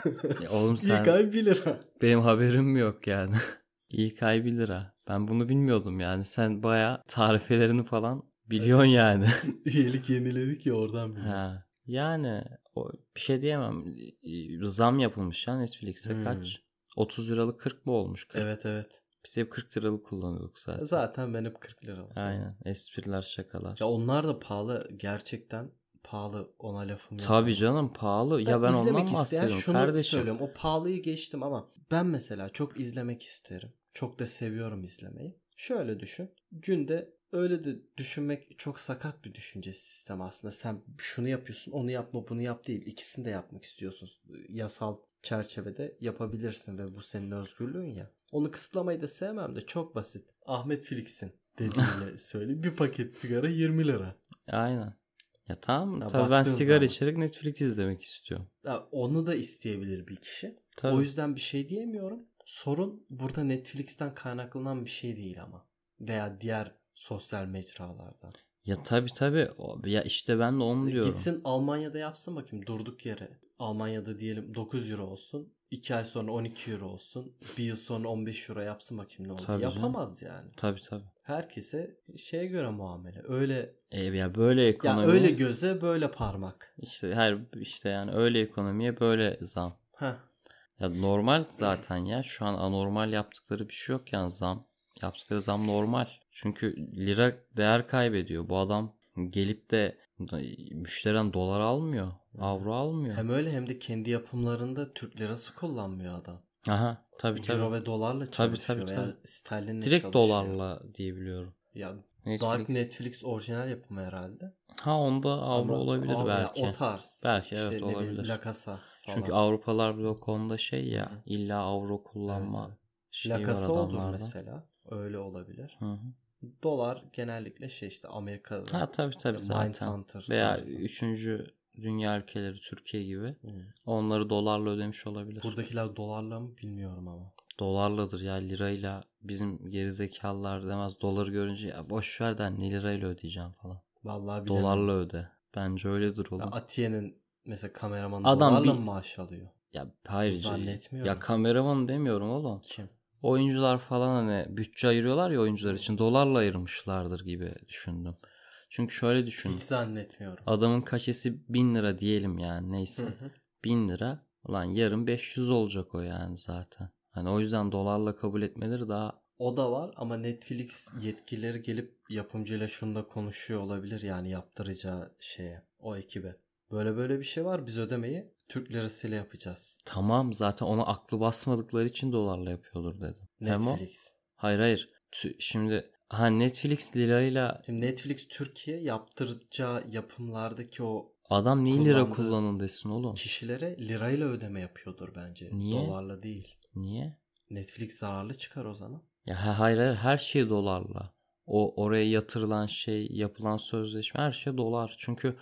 Oğlum sen İlk ay 1 lira. benim haberim mi yok yani? İlk ay 1 lira. Ben bunu bilmiyordum yani. Sen bayağı tarifelerini falan biliyorsun yani. Üyelik yeniledik ya, oradan biliyorum. Ha. Yani bir şey diyemem. Zam yapılmış ya Netflix'e kaç? 30 liralık 40 mı olmuş? 40. Evet. Biz hep 40 liralık kullanıyorduk zaten. Zaten ben hep 40 lira aldım. Aynen. Espriler, şakalar. Ya onlar da pahalı. Gerçekten pahalı, ona lafım yok. Tabii ama. canım pahalı. Ya ben izlemek ondan isteyen bahsediyorum şunu kardeşim. söylüyorum. O pahalıyı geçtim ama ben mesela çok izlemek isterim. Çok da seviyorum izlemeyi. Şöyle düşün. Günde öyle de düşünmek çok sakat bir düşünce sistemi aslında. Sen şunu yapıyorsun, onu yapma, bunu yap değil. İkisini de yapmak istiyorsun. Yasal çerçevede yapabilirsin ve bu senin özgürlüğün ya. Onu kısıtlamayı da sevmem de çok basit. Ahmet Felix'in dediğiyle söyleyeyim. Bir paket sigara 20 lira. Aynen. Ya tamam Ya tabii ben baktığın sigara zaman. içerek Netflix izlemek istiyorum. Ya onu da isteyebilir bir kişi. Tabii. O yüzden bir şey diyemiyorum. Sorun burada Netflix'ten kaynaklanan bir şey değil ama. Veya diğer sosyal mecralardan. Ya tabii. Ya işte ben de onu diyorum. Gitsin Almanya'da yapsın bakayım durduk yere. Almanya'da diyelim 9 euro olsun. 2 ay sonra 12 euro olsun. Bir yıl sonra 15 euro yapsın bakayım ne olur. Tabii Yapamaz canım. Yani. Tabii. Herkese şeye göre muamele. Öyle Ya böyle ekonomi. ya öyle göze böyle parmak. İşte yani öyle ekonomiye böyle zam. Heh. Ya normal zaten ya. Şu an anormal yaptıkları bir şey yok yani zam. Yaptıkları zam normal. Çünkü lira değer kaybediyor. Bu adam gelip de müşteriden dolar almıyor. Avro almıyor. Hem öyle hem de kendi yapımlarında Türk lirası kullanmıyor adam. Aha tabii. Euro ve dolarla çalışıyor Tabii. veya sterlinle Direkt çalışıyor. dolarla diyebiliyorum. Ya Netflix. Dark Netflix orijinal yapımı herhalde. Ha onda avro olabilir belki. Ya, o tarz. Belki işte evet olabilir. La Casa falan. Çünkü Avrupalar bile o konuda şey ya. Hı-hı. İlla avro kullanma Evet. şeyi La Casa var olur adamlarda. mesela. Öyle olabilir. Hı. Dolar genellikle işte Amerika'da. Ha tabii zaten. Mindhunter Veya tarzı. 3. dünya ülkeleri Türkiye gibi. Hı. Onları dolarla ödemiş olabilir. Buradakiler dolarla mı bilmiyorum ama. Dolarladır ya lirayla bizim gerizekalılar demez doları görünce ya boş ver der ne lirayla ödeyeceğim falan. Vallahi bilemem. Dolarla öde. Bence öyledir oğlum. Ya Atiye'nin mesela kameramanı Adam dolarla mı maaş alıyor? Ya hayır. Zannetmiyorum. Ya kameraman demiyorum oğlum. Kim? Oyuncular falan hani bütçe ayırıyorlar ya oyuncular için dolarla ayırmışlardır gibi düşündüm. Çünkü şöyle düşün. Hiç zannetmiyorum. Adamın kaşesi 1000 lira diyelim yani neyse. 1000 lira. Ulan yarın 500 olacak o yani zaten. Hani o yüzden dolarla kabul etmeleri daha... O da var ama Netflix yetkilileri gelip yapımcıyla şunda konuşuyor olabilir yani yaptıracağı şeye, o ekibe. Böyle bir şey var, biz ödemeyi Türk lirasıyla yapacağız. Tamam zaten ona aklı basmadıkları için dolarla yapıyordur dedim. Netflix. Hayır. Şimdi Netflix lirayla... Şimdi Netflix Türkiye yaptıracağı yapımlardaki o adam niye lira kullanın desin oğlum? Kişilere lirayla ödeme yapıyordur bence. Niye? Dolarla değil. Niye? Netflix zararlı çıkar o zaman. Ya hayır her şey dolarla. Oraya yatırılan şey, yapılan sözleşme her şey dolar. Çünkü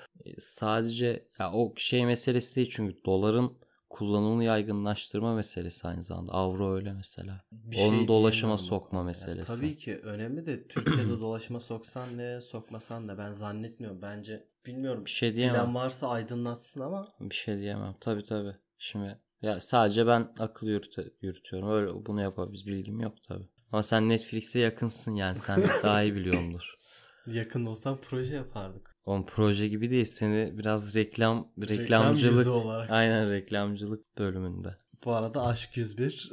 sadece ya o şey meselesi değil çünkü doların kullanımını yaygınlaştırma meselesi aynı zamanda. Avro öyle mesela. Onu dolaşıma sokma meselesi. Tabii ki önemli de Türkiye'de dolaşıma soksan ne, sokmasan ne ben zannetmiyorum. Bence bilmiyorum. Bir şey diyemem. Bilen varsa aydınlatsın ama. Bir şey diyemem. Tabii. Şimdi ya sadece ben akıl yürütüyorum. Öyle bunu yapabiliriz. Bilgim yok tabii. Ama sen Netflix'e yakınsın yani. Sen daha iyi biliyordur. Yakın olsam proje yapardık. Oğlum proje gibi değil. Seni biraz Reklam reklamcılık yüzü olarak. Aynen reklamcılık bölümünde. Bu arada Aşk 101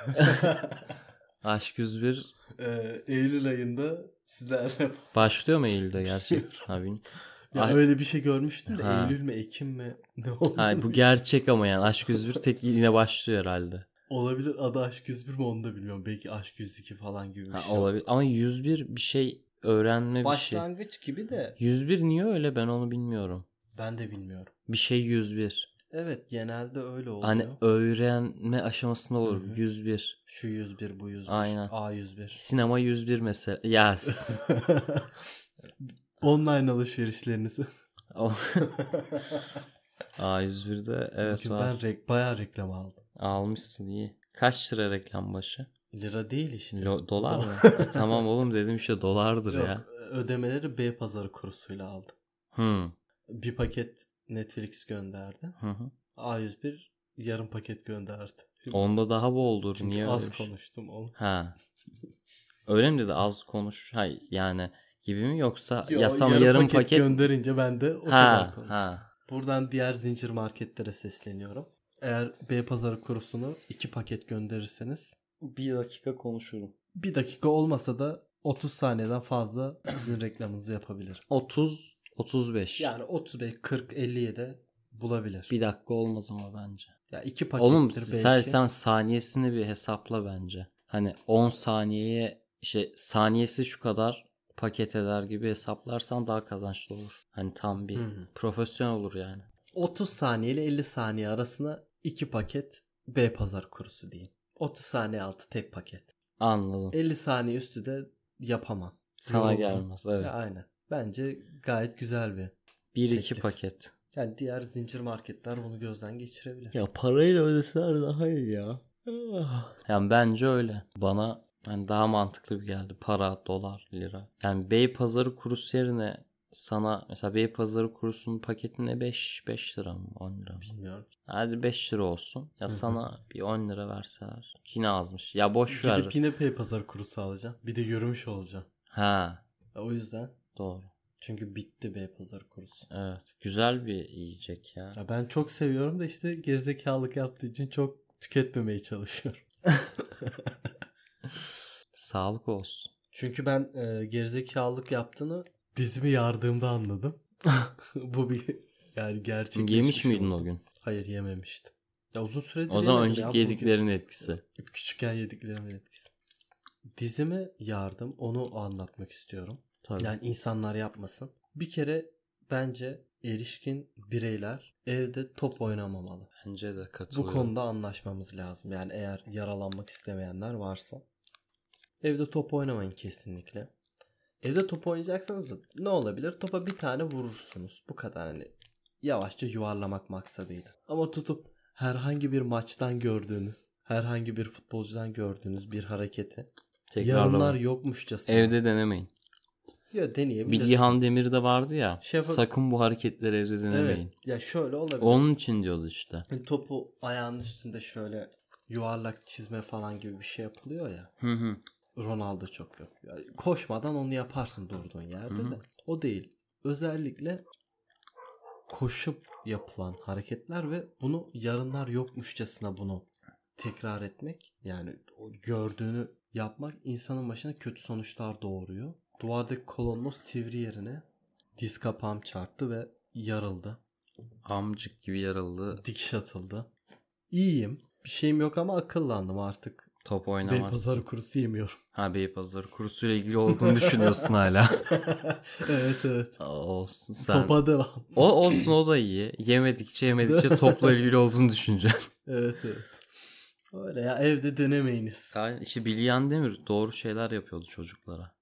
Aşk 101 Eylül ayında sizlerle başlıyor mu Eylül'de gerçekten abi? Ya öyle bir şey görmüştüm de Ha. Eylül mü Ekim mi ne oldu? Hayır bu gerçek ama yani Aşk 101 tek yine başlıyor herhalde. Olabilir, adı Aşk 101 mi onu da bilmiyorum. Belki Aşk 102 falan gibi bir şey. Olabilir ama 101 bir şey öğrenme başlangıç bir şey. gibi de. 101 niye öyle ben onu bilmiyorum. Ben de bilmiyorum. Bir şey 101. Evet genelde öyle oluyor. Hani öğrenme aşamasında olur. Hı-hı. 101. Şu 101 bu 101. Aynen. A101. Sinema 101 mesela. Yes. Online alışverişlerinizi. A101'de evet bugün var. ben bayağı reklam aldım. Almışsın iyi. Kaç lira reklam başı? Lira değil işte. Dolar mı? Tamam oğlum dedim işte dolardır Yok, ya. Ödemeleri Beypazarı kurusuyla aldım. Bir paket Netflix gönderdi. Hı. A101 yarım paket gönderdi. Onda daha bol olur. Çünkü Niye az öyle bir şey? konuştum onu. Ha. Öyle mi dedi, az konuş. Hayır yani gibi mi, yoksa Yo, ya sana yarım yarım paket paket gönderince ben de o kadar ha konuştum. ha. Buradan diğer zincir marketlere sesleniyorum. Eğer Beypazarı kurusunu 2 paket gönderirseniz 1 dakika konuşurum. 1 dakika olmasa da 30 saniyeden fazla sizin reklamınızı yapabilirim. 30 35. Yani 35, 40, 50'ye de bulabilir. 1 dakika olmaz ama bence. Ya 2 Oğlum pakettir sen, belki. sen saniyesini bir hesapla bence. Hani 10 saniyeye işte saniyesi şu kadar paket eder gibi hesaplarsan daha kazançlı olur. Hani tam bir profesyonel olur yani. 30 saniye ile 50 saniye arasına 2 paket Beypazarı kurusu diyeyim. 30 saniye altı tek paket. Anladım. 50 saniye üstü de yapamam. Sana Yoruldum. gelmez, evet. Ya, aynen. Bence gayet güzel bir 1-2 teklif. paket. Yani diğer zincir marketler bunu gözden geçirebilir. Ya parayla ödeseler daha iyi ya. Yani bence öyle. Bana hani daha mantıklı bir geldi. Para, dolar, lira. Yani Beypazarı kurusu yerine sana mesela Beypazarı kurusunun paketine 5 lira mı 10 lira mı? Bilmiyorum. Hadi 5 lira olsun. Ya sana bir 10 lira verseler. Yine azmış. Ya boş ver. Gidip yine Beypazarı kurusu alacağım. Bir de yürümüş olacağım. Ha, O yüzden. doğru. Çünkü bitti Beypazarı kurusu. Evet. Güzel bir yiyecek ya. Ya ben çok seviyorum da işte gerizekalılık yaptığı için çok tüketmemeye çalışıyorum. Sağlık olsun. Çünkü ben gerizekalılık yaptığını dizimi yardığımda anladım. Bu bir yani gerçekleşmiş Yemiş miydin oldu. o gün? Hayır, yememiştim. Ya uzun süredir O zaman yemedim ya. önceki yediklerin etkisi. Küçükken yediklerimin etkisi. Dizimi yardım. Onu anlatmak istiyorum. Tabii. Yani insanlar yapmasın. Bir kere bence erişkin bireyler evde top oynamamalı. Bence de Bu katılıyorum. konuda anlaşmamız lazım. Yani eğer yaralanmak istemeyenler varsa. Evde top oynamayın kesinlikle. Evde top oynayacaksanız da ne olabilir? Topa bir tane vurursunuz. Bu kadar, hani yavaşça yuvarlamak maksadıyla. Ama tutup herhangi bir maçtan gördüğünüz, herhangi bir futbolcudan gördüğünüz bir hareketi yarınlar yokmuşçasına. Evde denemeyin. Ya deneyebilirsin. Bilgehan Demir'de vardı ya. Şey sakın bu hareketleri evde denemeyin. Evet. Ya şöyle olabilir. Onun için diyordu işte. Yani topu ayağının üstünde şöyle yuvarlak çizme falan gibi bir şey yapılıyor ya. Hı hı. Ronaldo çok yapıyor. Yani koşmadan onu yaparsın durduğun yerde Hı hı. de. O değil. Özellikle koşup yapılan hareketler ve bunu yarınlar yokmuşçasına bunu tekrar etmek, yani o gördüğünü yapmak insanın başına kötü sonuçlar doğuruyor. Duvardaki kolonumuz sivri yerine diz kapağım çarptı ve yarıldı. Amcık gibi yarıldı. Dikiş atıldı. İyiyim. Bir şeyim yok ama akıllandım artık. Top oynamazsın. Beypazarı kurusu yemiyorum. Ha, Beypazarı kurusuyla ilgili olduğunu düşünüyorsun hala. Evet. Olsun sen. Topa devam. O olsun, o da iyi. Yemedikçe topla ilgili olduğunu düşüneceksin. Evet. Öyle ya, evde denemeyiniz. Yani işte Bilgehan Demir doğru şeyler yapıyordu çocuklara.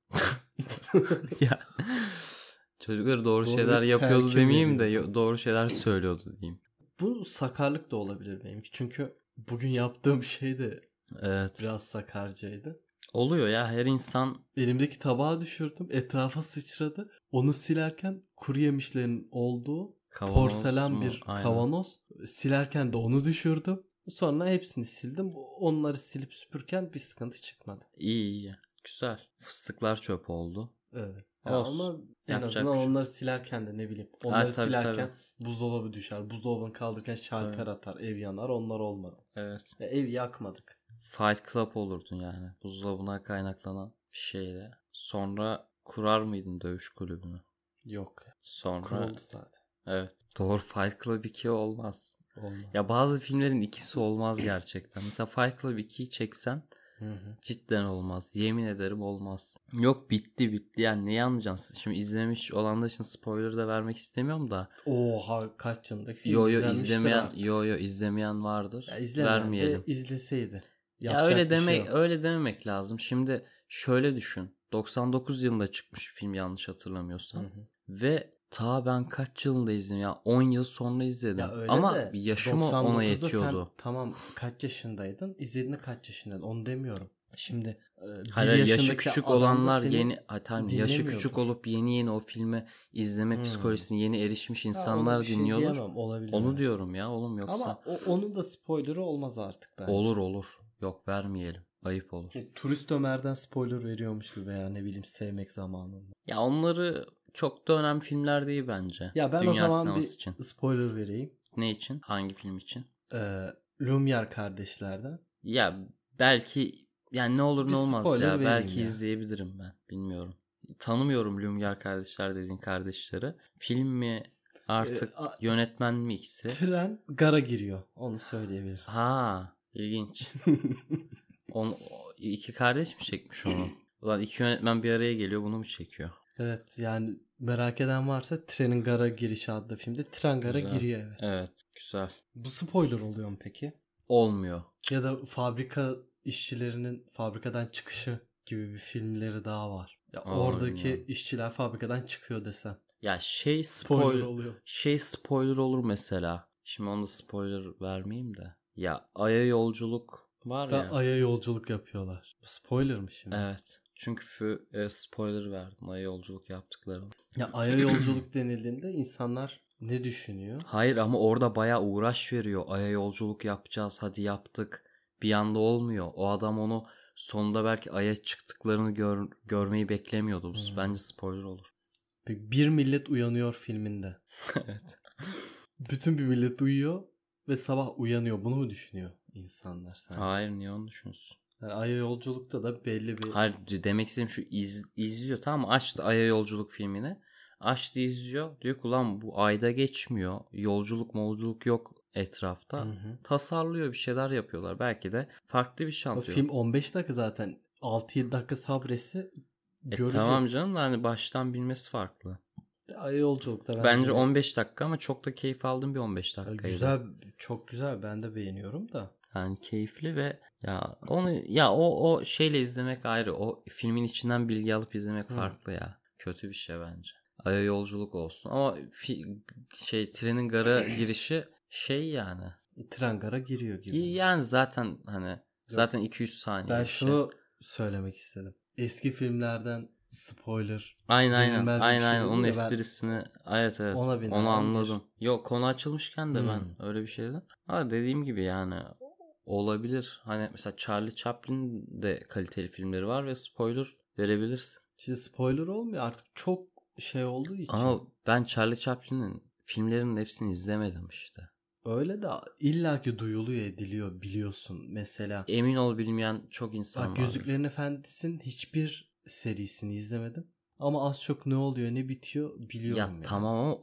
Ya çocuklara doğru şeyler yapıyordu telkin demeyeyim de veriyordu. doğru şeyler söylüyordu diyeyim. Bu sakarlık da olabilir benimki. Çünkü bugün yaptığım şey de Evet. biraz sakarcaydı. Oluyor ya, her insan. Elimdeki tabağı düşürdüm. Etrafa sıçradı. Onu silerken kuru yemişlerin olduğu Kavanoz porselen mu? bir Aynen. kavanoz. Silerken de onu düşürdüm. Sonra hepsini sildim. Onları silip süpürken bir sıkıntı çıkmadı. İyi. Güzel. Fıstıklar çöp oldu. Evet. Olsun. Ama en Yapacak azından bir şey. onları silerken de ne bileyim. Onları tabii, silerken buzdolabı düşer. Buzdolabını kaldırırken şalter atar. Ev yanar. Onlar olmadı. Evet. Ev yakmadık. Fight Club olurdun yani. Buzdolabına kaynaklanan bir şeyle. Sonra kurar mıydın dövüş kulübünü? Yok. Sonra. Kuruldu zaten. Evet. Doğru, Fight Club 2 olmaz. Olmaz. Ya bazı filmlerin ikisi olmaz gerçekten. Mesela Fight Club 2'yi çeksen cidden olmaz. Yemin ederim olmaz. Yok, bitti. Yani neyi anlayacaksın? Şimdi izlemiş olanlar için spoiler da vermek istemiyorum da. Oha, kaç yılındaki film Yo izlenmiştir izlemeyen artık. izlemeyen vardır. Ya izlemeyen Vermeyelim. de izleseydi. Ya Yapacak öyle bir şey demek yok. öyle dememek lazım. Şimdi şöyle düşün. 99 yılında çıkmış film yanlış hatırlamıyorsam. Ve ta ben kaç yılında izledim ya, 10 yıl sonra izledim. Ya öyle ama de, yaşım ona 99'da yetiyordu. sen tamam kaç yaşındaydın? İzlediğinde kaç yaşındaydın? Onu demiyorum. Şimdi Hayır, bir yaşı yaşındaki küçük adam da olanlar seni yeni yaşı küçük dinlemiyordur. olup yeni o filmi izleme Hmm. psikolojisine yeni erişmiş Ha, ona bir insanlar şey dinliyordur. diyemem. Olabilir, Onu evet. diyorum ya oğlum, yoksa Ama onun da spoilerı olmaz artık bence. olur. Yok, vermeyelim. Ayıp olur. Turist Ömer'den spoiler veriyormuş gibi veya ne bileyim sevmek zamanında. Ya onları çok da önemli filmler değil bence. Ya ben o Dünya zaman bir sineması için. spoiler vereyim. Ne için? Hangi film için? Lumière kardeşlerden. Ya belki, yani ne olur Bir ne olmaz spoiler ya. vereyim Belki ya. izleyebilirim ben. Bilmiyorum. Tanımıyorum Lumière kardeşler dediğin kardeşleri. Film mi artık, yönetmen mi ikisi? Tren gara giriyor. Onu söyleyebilirim. Ha, ilginç. İki kardeş mi çekmiş onu? Ulan iki yönetmen bir araya geliyor, bunu mu çekiyor? Evet, yani merak eden varsa Trenin Gara Girişi adlı filmde tren gara Güzel. giriyor, evet. Evet, güzel. Bu spoiler oluyor mu peki? Olmuyor. Ya da fabrika işçilerinin fabrikadan çıkışı gibi bir filmleri daha var. Ya oradaki Bilmiyorum. işçiler fabrikadan çıkıyor desem. Ya Spoiler oluyor. spoiler olur mesela. Şimdi onda spoiler vermeyeyim de. Ya Ay'a yolculuk var Da ya. Ay'a yolculuk yapıyorlar. Bu spoiler mı şimdi? Evet. Çünkü spoiler verdim Ay'a yolculuk yaptıklarını. Ya Ay'a yolculuk denildiğinde insanlar ne düşünüyor? Hayır, ama orada bayağı uğraş veriyor. Ay'a yolculuk yapacağız, hadi yaptık. Bir anda olmuyor. O adam onu sonunda belki Ay'a çıktıklarını görmeyi beklemiyordu. Bence spoiler olur. Peki, Bir Millet Uyanıyor filminde. Evet. Bütün bir millet uyuyor ve sabah uyanıyor. Bunu mu düşünüyor insanlar sence? Hayır, niye onu düşünüyorsun? Yani Ay'a yolculukta da belli bir... Hayır, demek istediğim şu, izliyor, tamam mı? Açtı Ay'a yolculuk filmini. Açtı, izliyor. Diyor ki ulan bu ayda geçmiyor. Yolculuk yok etrafta. Hı hı. Tasarlıyor, bir şeyler yapıyorlar. Belki de farklı bir şey O anlatıyor. film 15 dakika zaten. 6-7 dakika sabresi görecek. Tamam canım da hani baştan bilmesi farklı. Ay'a yolculukta Bence 15 dakika ama çok da keyif aldığım bir 15 Ya dakikaydı. güzel, çok güzel. Ben de beğeniyorum da. Yani keyifli ve ya onu, ya o şeyle izlemek ayrı. O filmin içinden bilgi alıp izlemek farklı ya. Kötü bir şey bence. Ay'a yolculuk olsun. Ama trenin gara girişi yani. Tren gara giriyor gibi. Yani zaten hani zaten 200 saniye Ben bir şey. şunu söylemek istedim. Eski filmlerden spoiler Aynen. verilmez bir şey olur Onun ya, esprisini, evet ona binaen onu anladım. Yok, konu açılmışken de ben öyle bir şey dedim. Ama dediğim gibi yani olabilir. Hani mesela Charlie Chaplin de kaliteli filmleri var ve spoiler verebilirsin. İşte spoiler olmuyor artık, çok şey olduğu için. Ama ben Charlie Chaplin'in filmlerinin hepsini izlemedim işte. Öyle de illaki duyuluyor, ediliyor, biliyorsun. Mesela Emin ol, bilmeyen çok insan var. Yüzüklerin Efendisi'nin hiçbir serisini izlemedim. Ama az çok ne oluyor ne bitiyor biliyorum Ya yani. tamam ama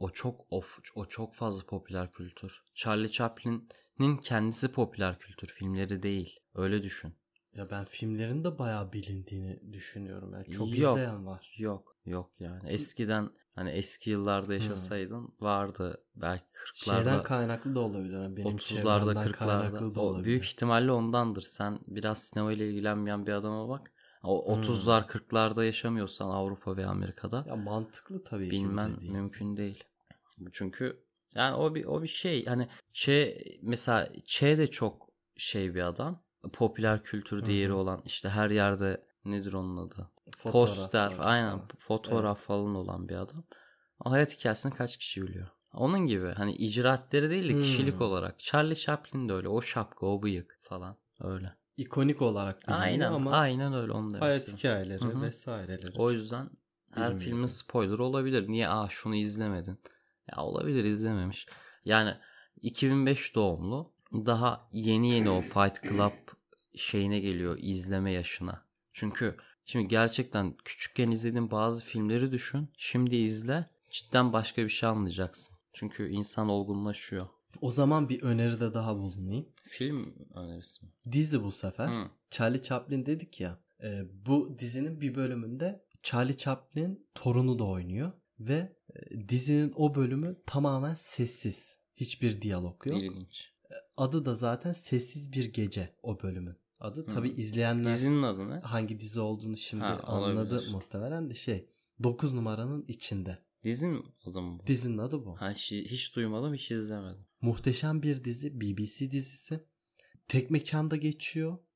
o çok fazla popüler kültür. Charlie Chaplin'in kendisi popüler kültür, filmleri değil. Öyle düşün. Ya ben filmlerin de bayağı bilindiğini düşünüyorum. Yani çok Yok, izleyen var. Yok yani. Eskiden hani eski yıllarda yaşasaydın vardı belki 40'larda. Şeyden kaynaklı da olabilir. Yani benim 30'larda, çevremden 40'larda. kaynaklı da O olabilir. büyük ihtimalle ondandır. Sen biraz sinemayla ilgilenmeyen bir adama bak. O 30'lar 40'larda yaşamıyorsan Avrupa ve Amerika'da, Ya mantıklı tabii ki bilmen dediğin. mümkün değil. Çünkü yani o bir şey. Hani mesela de çok şey bir adam. Popüler kültür değeri olan, işte her yerde, nedir onun adı? Poster, aynen falan. fotoğraf falan olan bir adam. O hayat hikayesini kaç kişi biliyor? Onun gibi hani icraatleri değil de kişilik olarak. Charlie Chaplin de öyle. O şapka, o bıyık falan öyle. İkonik olarak biliniyor ama Aynen öyle, onu demek hayat istedim. hikayeleri vesaireleri. O yüzden her filmin spoiler olabilir. Niye şunu izlemedin? Ya olabilir, izlememiş. Yani 2005 doğumlu, daha yeni o Fight Club şeyine geliyor, izleme yaşına. Çünkü şimdi gerçekten küçükken izlediğin bazı filmleri düşün. Şimdi izle, cidden başka bir şey anlayacaksın. Çünkü insan olgunlaşıyor. O zaman bir öneride daha bulunayım. Film önerisi mi? Dizi bu sefer. Charlie Chaplin dedik ya. Bu dizinin bir bölümünde Charlie Chaplin torunu da oynuyor. Ve dizinin o bölümü tamamen sessiz. Hiçbir diyalog yok. İlginç. Adı da zaten Sessiz Bir Gece, o bölümün adı. Tabii izleyenler dizinin adı ne? hangi dizi olduğunu şimdi olabilir. anladı muhtemelen de 9 numaranın içinde. Dizinin adı mı bu? Dizinin adı bu. Hiç duymadım, hiç izlemedim. Muhteşem bir dizi, BBC dizisi. Tek mekanda geçiyor.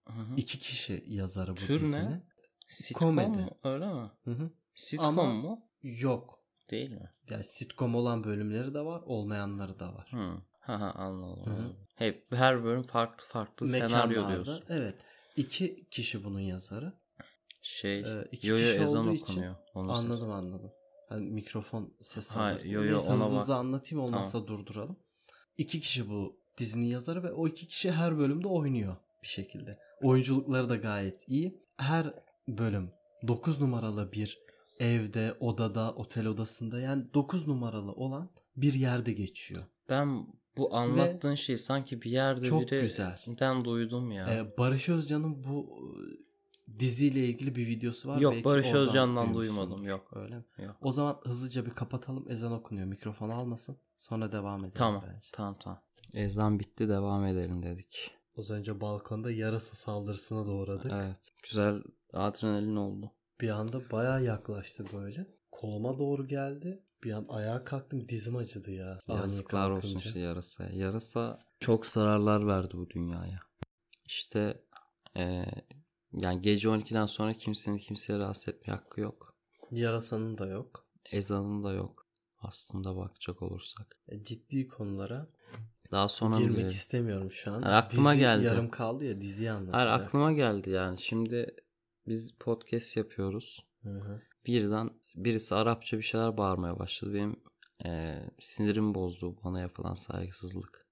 2 kişi yazarı bu Tür dizinin. ne? Sitcom Komedi. mu? Öyle mi? Hı. Sitcom Ama mu? yok. Değil mi? Yani sitcom olan bölümleri de var, olmayanları da var. Anladım. Hep her bölüm farklı senaryo Mekanlarda. diyorsun. Evet. 2 kişi bunun yazarı. 2 Yo kişi ezan olduğu okunuyor. için Onun anladım. Hani mikrofon sesi Hayır, alır. yo Neyse ona hızlı bak. anlatayım, olmazsa durduralım. 2 kişi bu dizinin yazarı ve o 2 kişi her bölümde oynuyor bir şekilde. Oyunculukları da gayet iyi. Her bölüm 9 numaralı bir evde, odada, otel odasında, yani 9 numaralı olan bir yerde geçiyor. Ben bu anlattığın şeyi sanki bir yerde çok güzel. birinden duydum ya. Barış Özcan'ın bu diziyle ilgili bir videosu var. Yok, Belki Barış oradan Özcan'dan duymuşsundur. duymadım. Yok. Öyle mi? Yok. O zaman hızlıca bir kapatalım. Ezan okunuyor. Mikrofonu almasın. Sonra devam edelim bence. Tamam. Ezan bitti, devam edelim dedik. Az önce balkonda yarasa saldırısına da uğradık. Evet. Güzel adrenalin oldu. Bir anda bayağı yaklaştı böyle. Koluma doğru geldi. Bir an ayağa kalktım, dizim acıdı ya. Yazıklar olsun işte yarasaya. Yarasa çok zararlar verdi bu dünyaya. İşte yani gece 12'den sonra kimsenin kimseye rahatsız etmeye hakkı yok. Yarasanın da yok. Ezanın da yok. Aslında bakacak olursak. Ciddi konulara daha sonra girmek istemiyorum şu an. Hayır, aklıma dizi geldi. yarım kaldı ya, diziyi anlatacak. Hayır, aklıma geldi yani. Şimdi biz podcast yapıyoruz. Hı. Birden birisi Arapça bir şeyler bağırmaya başladı. Benim sinirim bozdu, bana yapılan saygısızlık.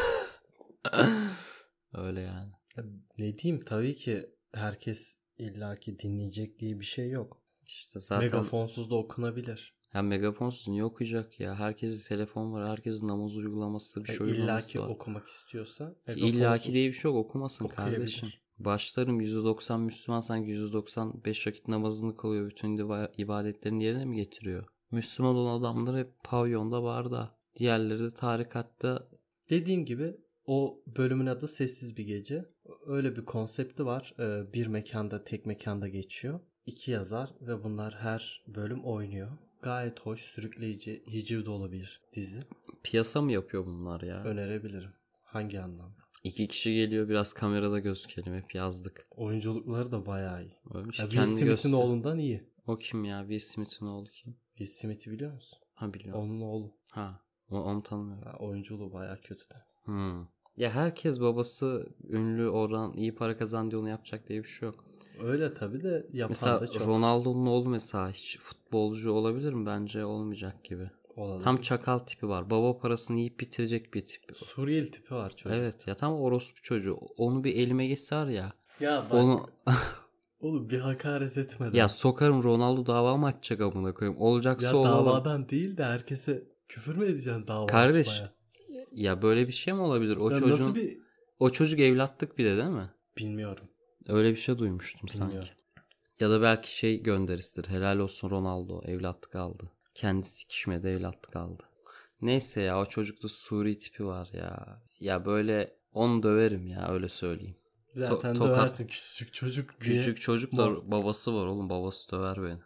Öyle yani. Ne diyeyim, tabii ki herkes illaki dinleyecek diye bir şey yok. İşte zaten megafonsuz da okunabilir. Ya megafonsuz niye okuyacak ya? Herkesin telefon var, herkesin namaz uygulaması, bir şey uygulaması var. İllaki okumak istiyorsa İllaki diye bir şey yok, okumasın kardeşim. okuyabilir. Başlarım %90 Müslüman sanki %95 vakit namazını kılıyor, bütün ibadetlerini yerine mi getiriyor? Müslüman olan adamlar hep pavyonda, barda. Diğerleri de tarikatta. Dediğim gibi o bölümün adı Sessiz Bir Gece. Öyle bir konsepti var. Bir mekanda, tek mekanda geçiyor. 2 yazar ve bunlar her bölüm oynuyor. Gayet hoş, sürükleyici, hiciv dolu bir dizi. Piyasa mı yapıyor bunlar ya? Önerebilirim. Hangi anlamda? 2 kişi geliyor, biraz kamerada gözükelim, hep yazdık. Oyunculukları da bayağı iyi. Will Smith'in oğlundan iyi. O kim ya? Will Smith'in oğlu kim? Will Smith'i biliyor musun? Ha, biliyorum. Onun oğlu. Ha, onu tanımıyorum. Oyunculuğu bayağı kötü de. Ya herkes babası ünlü, oradan iyi para kazan diye onu yapacak diye bir şey yok. Öyle tabii de yapan mesela da çok. Ronaldo'nun oğlu mesela hiç futbolcu olabilir mi? Bence olmayacak gibi. Olabilir. Tam çakal tipi var. Baba parasını yiyip bitirecek bir tip. Suriyeli tipi var çocuk. Evet ya, tam orospu çocuğu. Onu bir elime geçse var ya. Ya bak. Oğlum bir hakaret etmeden. Ya sokarım, Ronaldo dava mı açacak amına koyayım? Olacaksa ya olalım. Davadan değil de herkese küfür mü edeceksin dava kardeş açmaya? Ya böyle bir şey mi olabilir? Nasıl o çocuk evlatlık bir de değil mi? Bilmiyorum. Öyle bir şey duymuştum Bilmiyorum. sanki. Ya da belki gönderisidir. Helal olsun Ronaldo, evlatlık aldı. Kendisi sikişmedi, evlatlık aldı. Neyse ya, o çocukta Suri tipi var ya. Ya böyle onu döverim ya, öyle söyleyeyim. Zaten döversin küçücük çocuk diye. Küçücük çocuk da babası var oğlum, babası döver beni.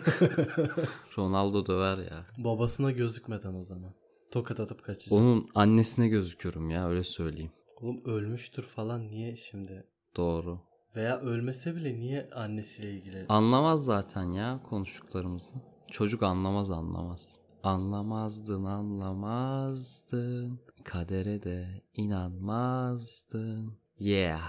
Ronaldo döver ya. Babasına gözükmeden o zaman. Tokat atıp kaçacak. Onun annesine gözüküyorum ya, öyle söyleyeyim. Oğlum ölmüştür falan, niye şimdi? Doğru. Veya ölmese bile niye annesiyle ilgili? Anlamaz zaten ya konuştuklarımızı. Çocuk anlamaz. Anlamazdın. Kadere de inanmazdın. Yeah.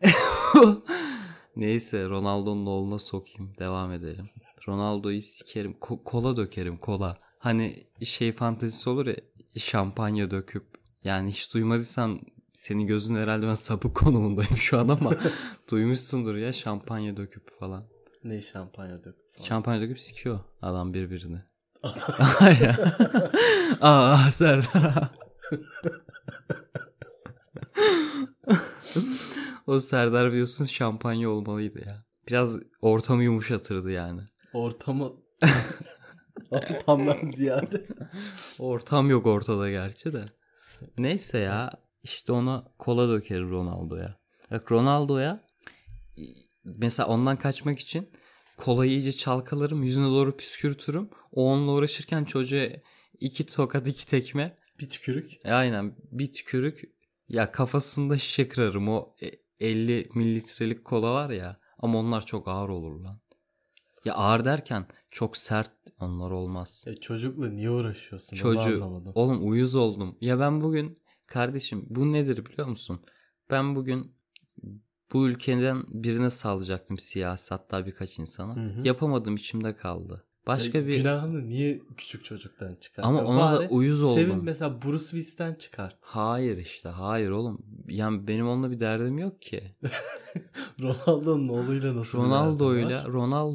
Neyse, Ronaldo'nun oğluna sokayım. Devam edelim. Ronaldo'yu sikerim. Kola dökerim, kola. Hani fantezisi olur ya, şampanya döküp. Yani hiç duymadıysan senin gözün herhalde, ben sapık konumundayım şu an ama duymuşsundur ya, şampanya döküp falan. Ne şampanya döküp falan? Şampanya döküp sikiyor adam birbirini. Serdar. O Serdar biliyorsunuz şampanya olmalıydı ya. Biraz ortamı yumuşatırdı yani. Ortamdan ziyade. Ortam yok ortada gerçi de. Neyse ya, işte ona kola dökerim Ronaldo'ya. Bak, Ronaldo'ya mesela ondan kaçmak için kolayı iyice çalkalarım, yüzüne doğru püskürtürüm. O onunla uğraşırken çocuğa 2 tokat 2 tekme. Bir tükürük. Aynen, bir tükürük. Ya kafasında şişe kırarım, o 50 mililitrelik kola var ya, ama onlar çok ağır olur lan. Ya ağır derken çok sert, onlar olmaz. Çocukla niye uğraşıyorsun? Onu Çocuğu anlamadım. oğlum uyuz oldum. Ya ben bugün kardeşim bu nedir biliyor musun? Ben bugün bu ülkeden birine sallayacaktım, siyasi hatta birkaç insana. Hı hı. Yapamadım, içimde kaldı. Başka bir Günahını niye küçük çocuktan çıkart? ama ona da uyuz Sevin oldum. mesela Bruce Willis'ten çıkart. Hayır işte, hayır oğlum. Yani benim onunla bir derdim yok ki. Ronaldo'nun oğluyla nasıl bir derdin var?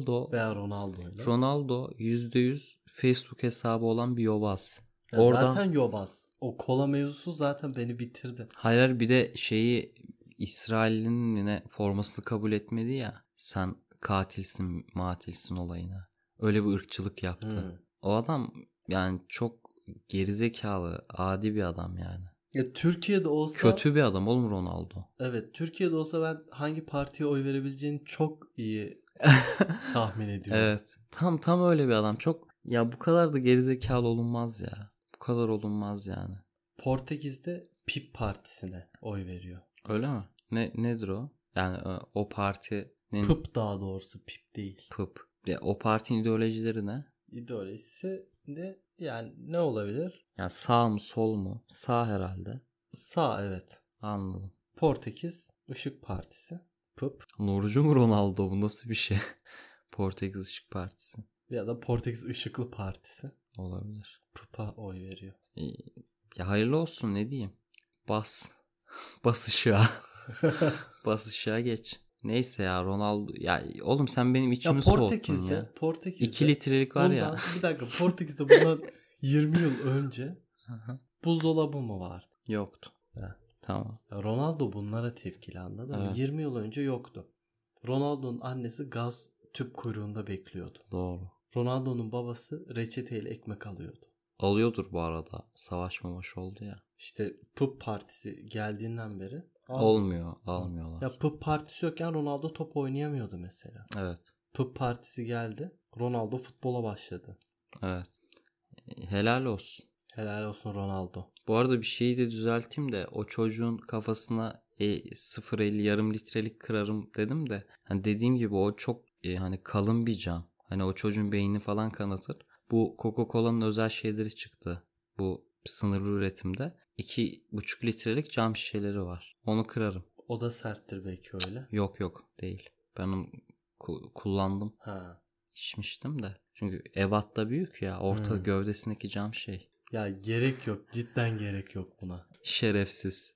Ronaldo %100 Facebook hesabı olan bir yobaz. Ya Oradan zaten yobaz. O kola mevzusu zaten beni bitirdi. hayır, bir de şeyi, İsrail'in yine formasını kabul etmedi ya. Sen katilsin, matilsin olayına. Öyle bir ırkçılık yaptı. O adam yani çok gerizekalı, adi bir adam yani. Ya Türkiye'de olsa Kötü bir adam oğlum Ronaldo. evet, Türkiye'de olsa ben hangi partiye oy verebileceğini çok iyi tahmin ediyorum. Evet. Tam öyle bir adam. Çok ya, bu kadar da gerizekalı olunmaz ya. Bu kadar olunmaz yani. Portekiz'de PIP partisine oy veriyor. Öyle mi? Nedir o? Yani o partinin PIP daha doğrusu, PIP değil. PIP. Ya, o partinin ideolojileri ne? İdeolojisi de yani ne olabilir? Yani sağ mı sol mu? Sağ herhalde. Sağ, evet. Anladım. Portekiz Işık Partisi. PIP. Nurcu mu Ronaldo, bu nasıl bir şey? Portekiz Işık Partisi. Ya da Portekiz Işıklı Partisi. Olabilir. PIP'a oy veriyor. Ya hayırlı olsun, ne diyeyim. Bas. Bas ışığa. Bas ışığa geç. Neyse ya, Ronaldo. Ya oğlum sen benim içimi soğuttun ya. Portekiz'de 2 litrelik var ya. Bir dakika, Portekiz'de bundan 20 yıl önce buzdolabı mı vardı? Yoktu. Ha. Tamam. Ya Ronaldo bunlara tepkili, anladın mı? Evet. 20 yıl önce yoktu. Ronaldo'nun annesi gaz tüp kuyruğunda bekliyordu. Doğru. Ronaldo'nun babası reçeteyle ekmek alıyordu. Alıyordur bu arada. Savaş mamaş oldu ya. İşte PIP partisi geldiğinden beri Olmuyor. Almıyorlar. Ya PIP partisi yokken Ronaldo top oynayamıyordu mesela. Evet. PIP partisi geldi. Ronaldo futbola başladı. Evet. Helal olsun. Helal olsun Ronaldo. Bu arada bir şeyi de düzelteyim de, o çocuğun kafasına 0,50 yarım litrelik kırarım dedim de, hani dediğim gibi o çok hani kalın bir cam. Hani o çocuğun beynini falan kanatır. Bu Coca-Cola'nın özel şeyleri çıktı. Bu sınırlı üretimde 2,5 litrelik cam şişeleri var. Onu kırarım. O da serttir belki öyle. Yok değil. Ben onu kullandım. Ha. İçmiştim de. Çünkü ebatta büyük ya. Orta gövdesindeki cam şey. Ya gerek yok. Cidden gerek yok buna. Şerefsiz.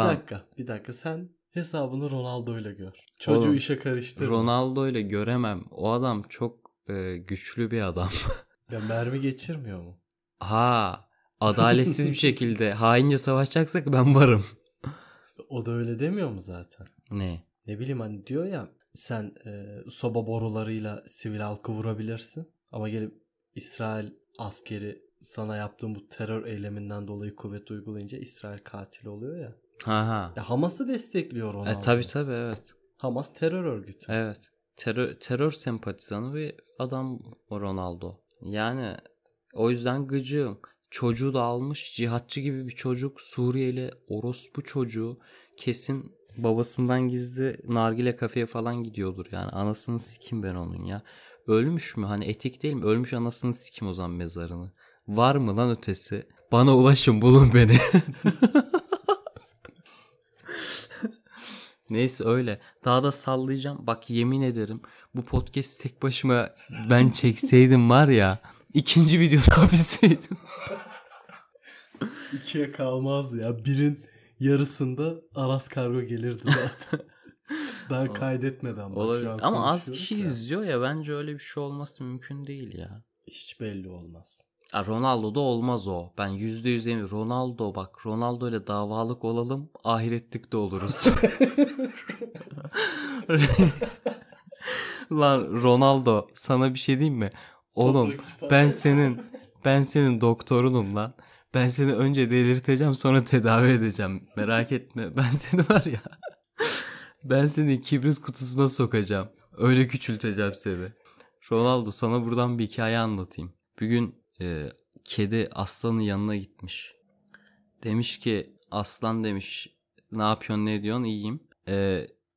Bir dakika. Sen hesabını Ronaldo ile gör. Çocuğu Oğlum, işe karıştırma. Ronaldo ile göremem. O adam çok güçlü bir adam. Ya mermi geçirmiyor mu? Ha, adaletsiz bir şekilde haince savaşacaksak ben varım. O da öyle demiyor mu zaten? Ne? Ne bileyim, hani diyor ya, sen soba borularıyla sivil halkı vurabilirsin. Ama gelip İsrail askeri sana yaptığın bu terör eyleminden dolayı kuvvet uygulayınca İsrail katil oluyor ya. Ha. Ya Hamas'ı destekliyor Ronaldo. Tabii evet. Hamas terör örgütü. Evet. Terör sempatizanı bir adam o Ronaldo. Yani o yüzden gıcığım. Çocuğu da almış, cihatçı gibi bir çocuk, Suriyeli orospu çocuğu, kesin babasından gizli nargile kafeye falan gidiyordur yani. Anasını sikim ben onun ya. Ölmüş mü? Hani etik değil mi? Ölmüş, anasını sikim o zaman mezarını. Var mı lan ötesi? Bana ulaşın, bulun beni. Neyse öyle. Daha da sallayacağım. Bak yemin ederim, bu podcast tek başıma ben çekseydim var ya, ikinci videoda hapisteydim. 2'ye kalmazdı ya. Birin yarısında Aras Kargo gelirdi zaten. Daha kaydetmedi ama. Olabilir. Şu an Ama az kişi ya. izliyor ya, bence öyle bir şey olması mümkün değil ya. Hiç belli olmaz. Ronaldo'da olmaz o. Ben %100 eminim. Ronaldo, bak Ronaldo ile davalık olalım, ahiretlik de oluruz. Lan Ronaldo, sana bir şey diyeyim mi? Oğlum ben senin doktorunum lan. Ben seni önce delirteceğim, sonra tedavi edeceğim. Merak etme. Ben seni var ya. Ben seni kibrit kutusuna sokacağım. Öyle küçülteceğim seni. Ronaldo, sana buradan bir hikaye anlatayım. Bir gün kedi aslanın yanına gitmiş. Demiş ki, aslan demiş, ne yapıyorsun, ne ediyorsun? İyiyim.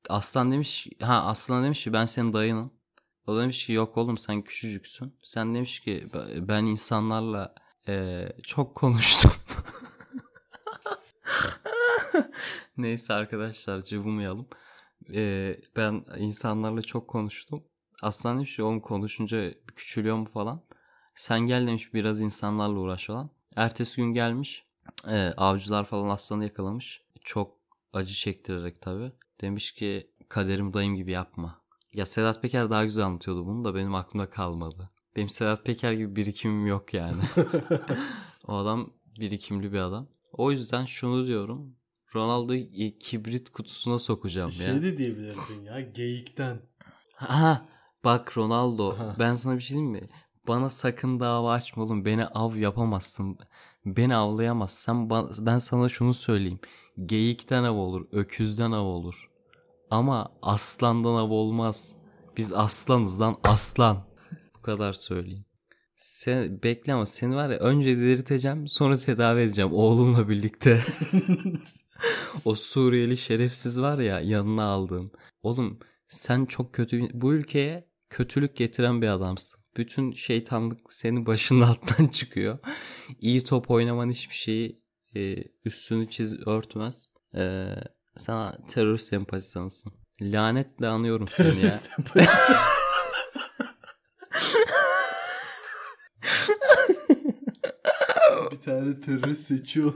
Aslan demiş ki ben senin dayınım. O da demiş ki yok oğlum sen küçücüksün. Sen demiş ki ben insanlarla çok konuştum. Neyse arkadaşlar cıvımayalım. Ben insanlarla çok konuştum. Aslan demiş ki oğlum konuşunca küçülüyor mu falan. Sen gel demiş biraz insanlarla uğraş falan. Ertesi gün gelmiş. Avcılar falan aslanı yakalamış. Çok acı çektirerek tabii. Demiş ki kaderim dayım gibi yapma. Ya Sedat Peker daha güzel anlatıyordu bunu da benim aklımda kalmadı. Benim Sedat Peker gibi birikimim yok yani. O adam birikimli bir adam. O yüzden şunu diyorum. Ronaldo'yu kibrit kutusuna sokacağım ya. Şey de diyebilirdin ya, geyikten. Ha, bak Ronaldo Aha. ben sana bir şey diyeyim mi? Bana sakın dava açma oğlum. Beni av yapamazsın. Beni avlayamazsın. Ben sana şunu söyleyeyim. Geyikten av olur. Öküzden av olur. Ama aslandan av olmaz. Biz aslanız lan aslan. Bu kadar söyleyeyim. Sen bekle ama seni var ya önce delirteceğim sonra tedavi edeceğim oğlumla birlikte. O Suriyeli şerefsiz var ya yanına aldığın. Oğlum sen çok kötü bu ülkeye kötülük getiren bir adamsın. Bütün şeytanlık senin başının alttan çıkıyor. İyi top oynaman hiçbir şeyi üstünü örtmez. Sana terörist sempatizanısın. Lanetle anıyorum seni ya. Terörist sempatisi. Bir tane terörist seçiyor.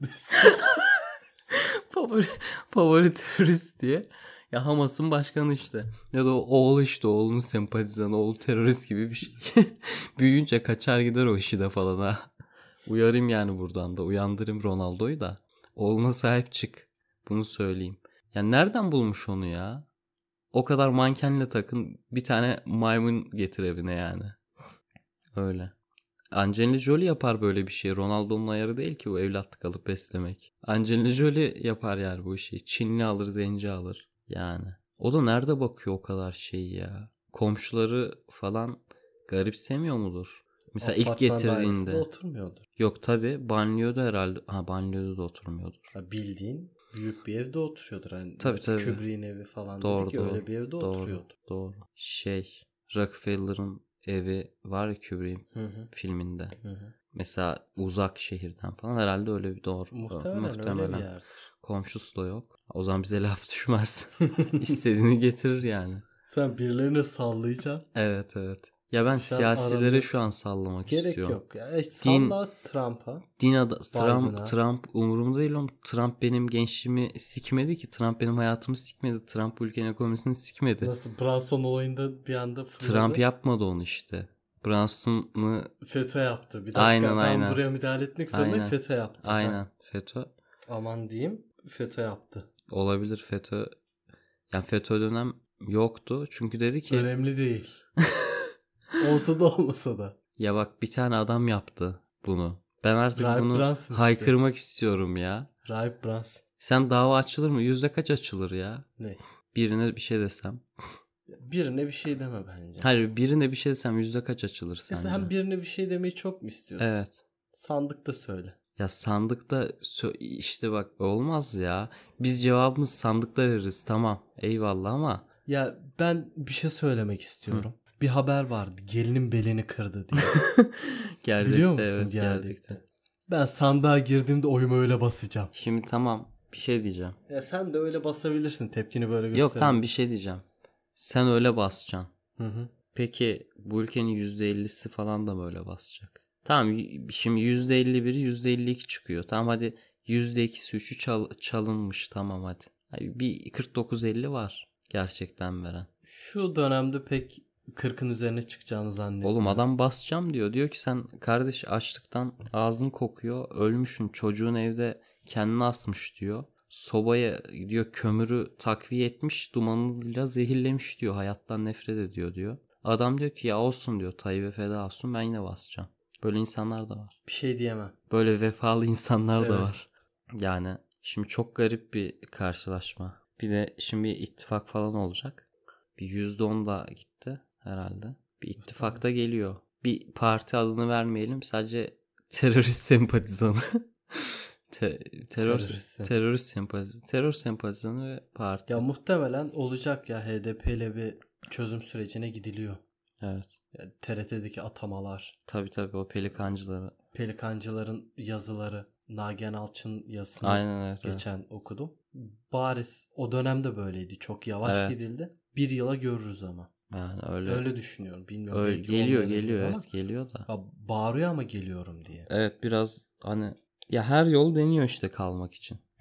favori terörist diye. Ya Hamas'ın başkanı işte. Ya da o oğlu işte oğlunun sempatizanı, oğlu terörist gibi bir şey. Büyüyünce kaçar gider o işi de falan ha. Uyarayım yani buradan da. Uyandırayım Ronaldo'yu da. Oğluna sahip çık. Bunu söyleyeyim. Ya nereden bulmuş onu ya? O kadar mankenle takın bir tane maymun getir evine yani. Öyle. Angelina Jolie yapar böyle bir şey. Ronaldo'nun ayarı değil ki bu evlatlık alıp beslemek. Angelina Jolie yapar yani bu işi. Çinli alır, zenci alır. Yani. O da nerede bakıyor o kadar şeyi ya? Komşuları falan garipsemiyor mudur? Mesela ilk Apartman dairesinde getirdiğinde. oturmuyordur. Yok tabi banliyöde herhalde. Ha banliyöde de oturmuyordur. Ha, bildiğin büyük bir evde oturuyordur. Hani Tabii tabii. Kubrick'in evi falan Doğru, dedik ya, öyle bir evde oturuyordu. Doğru. Rockefeller'ın evi var ya Kubrick'in filminde. Hı. Mesela uzak şehirden falan herhalde öyle bir doğru. Muhtemelen öyle bir yerdir. Komşusu da yok. O zaman bize laf düşmez. İstediğini getirir yani. Sen birilerine sallayacaksın. Evet. Ya ben siyasilere şu an sallamak Gerek istiyorum. yok ya. Salla Trump'a. Trump umurumda değil oğlum. Trump benim gençliğimi sikmedi ki. Trump benim hayatımı sikmedi. Trump ülkenin ekonomisini sikmedi. Nasıl Branson olayında bir anda fırladı. Trump yapmadı onu işte. Branson'ı FETÖ yaptı. Bir dakika aynen. buraya müdahale etmek zorundayım. FETÖ yaptı. Aynen FETÖ. Aman diyeyim, FETÖ yaptı. Olabilir FETÖ. Yani FETÖ dönem yoktu. Çünkü dedi ki. Önemli değil. Olsa da olmasa da. Ya bak bir tane adam yaptı bunu. Ben artık Rahip bunu Brunson haykırmak istiyorum ya. Rahip Brunson. Sen dava açılır mı? Yüzde kaç açılır ya? Ne? Birine bir şey desem. Birine bir şey deme bence. Hayır birine bir şey desem yüzde kaç açılır sence? Sen birine bir şey demeyi çok mu istiyorsun? Evet. Sandıkta söyle. Ya sandıkta işte bak olmaz ya. Biz cevabımızı sandıkta veririz tamam. Eyvallah ama. Ya ben bir şey söylemek istiyorum. Bir haber vardı. Gelinin belini kırdı diye. Gerdikte, biliyor musun? Evet, Gerdikte. Ben sandığa girdiğimde oyumu öyle basacağım. Şimdi tamam bir şey diyeceğim. Ya sen de öyle basabilirsin. Tepkini böyle göster. Yok tamam bir şey diyeceğim. Sen öyle basacaksın. Hı. Peki bu ülkenin %50'si falan da mı öyle basacak? Tamam şimdi %51'i %52 çıkıyor. Tamam hadi %2'si 3'ü çalınmış tamam hadi. Bir 49-50 var gerçekten veren. Şu dönemde pek 40'ın üzerine çıkacağını zannetmiyorum. Oğlum adam basacağım diyor. Diyor ki sen kardeş açlıktan ağzın kokuyor. Ölmüşsün çocuğun evde kendini asmış diyor. Sobaya diyor kömürü takviye etmiş dumanıyla zehirlemiş diyor. Hayattan nefret ediyor diyor. Adam diyor ki ya olsun diyor Tayyip'e feda olsun ben yine basacağım. Böyle insanlar da var. Bir şey diyemem. Böyle vefalı insanlar da Evet. var. Yani şimdi çok garip bir karşılaşma. Bir de şimdi bir ittifak falan olacak. Bir %10 da gitti herhalde. Bir ittifakta geliyor. Bir parti adını vermeyelim sadece terörist sempatizanı. Teröristim. terör sempatizanı ve parti. Ya muhtemelen olacak ya, HDP ile bir çözüm sürecine gidiliyor. Evet. Ya TRT'deki atamalar, Tabii o pelikancıları. pelikancıların yazıları, Nagihan Alçı'nın yazısını Aynen evet. geçen okudum. Bariz o dönemde böyleydi. Çok yavaş Evet. gidildi. Bir yıla görürüz ama. Yani öyle. Öyle düşünüyorum. Bilmiyorum. Öyle Belki geliyor olmayabilir ama. evet geliyor da. Ya bağırıyor ama geliyorum diye. Evet biraz hani ya her yol deniyor işte kalmak için.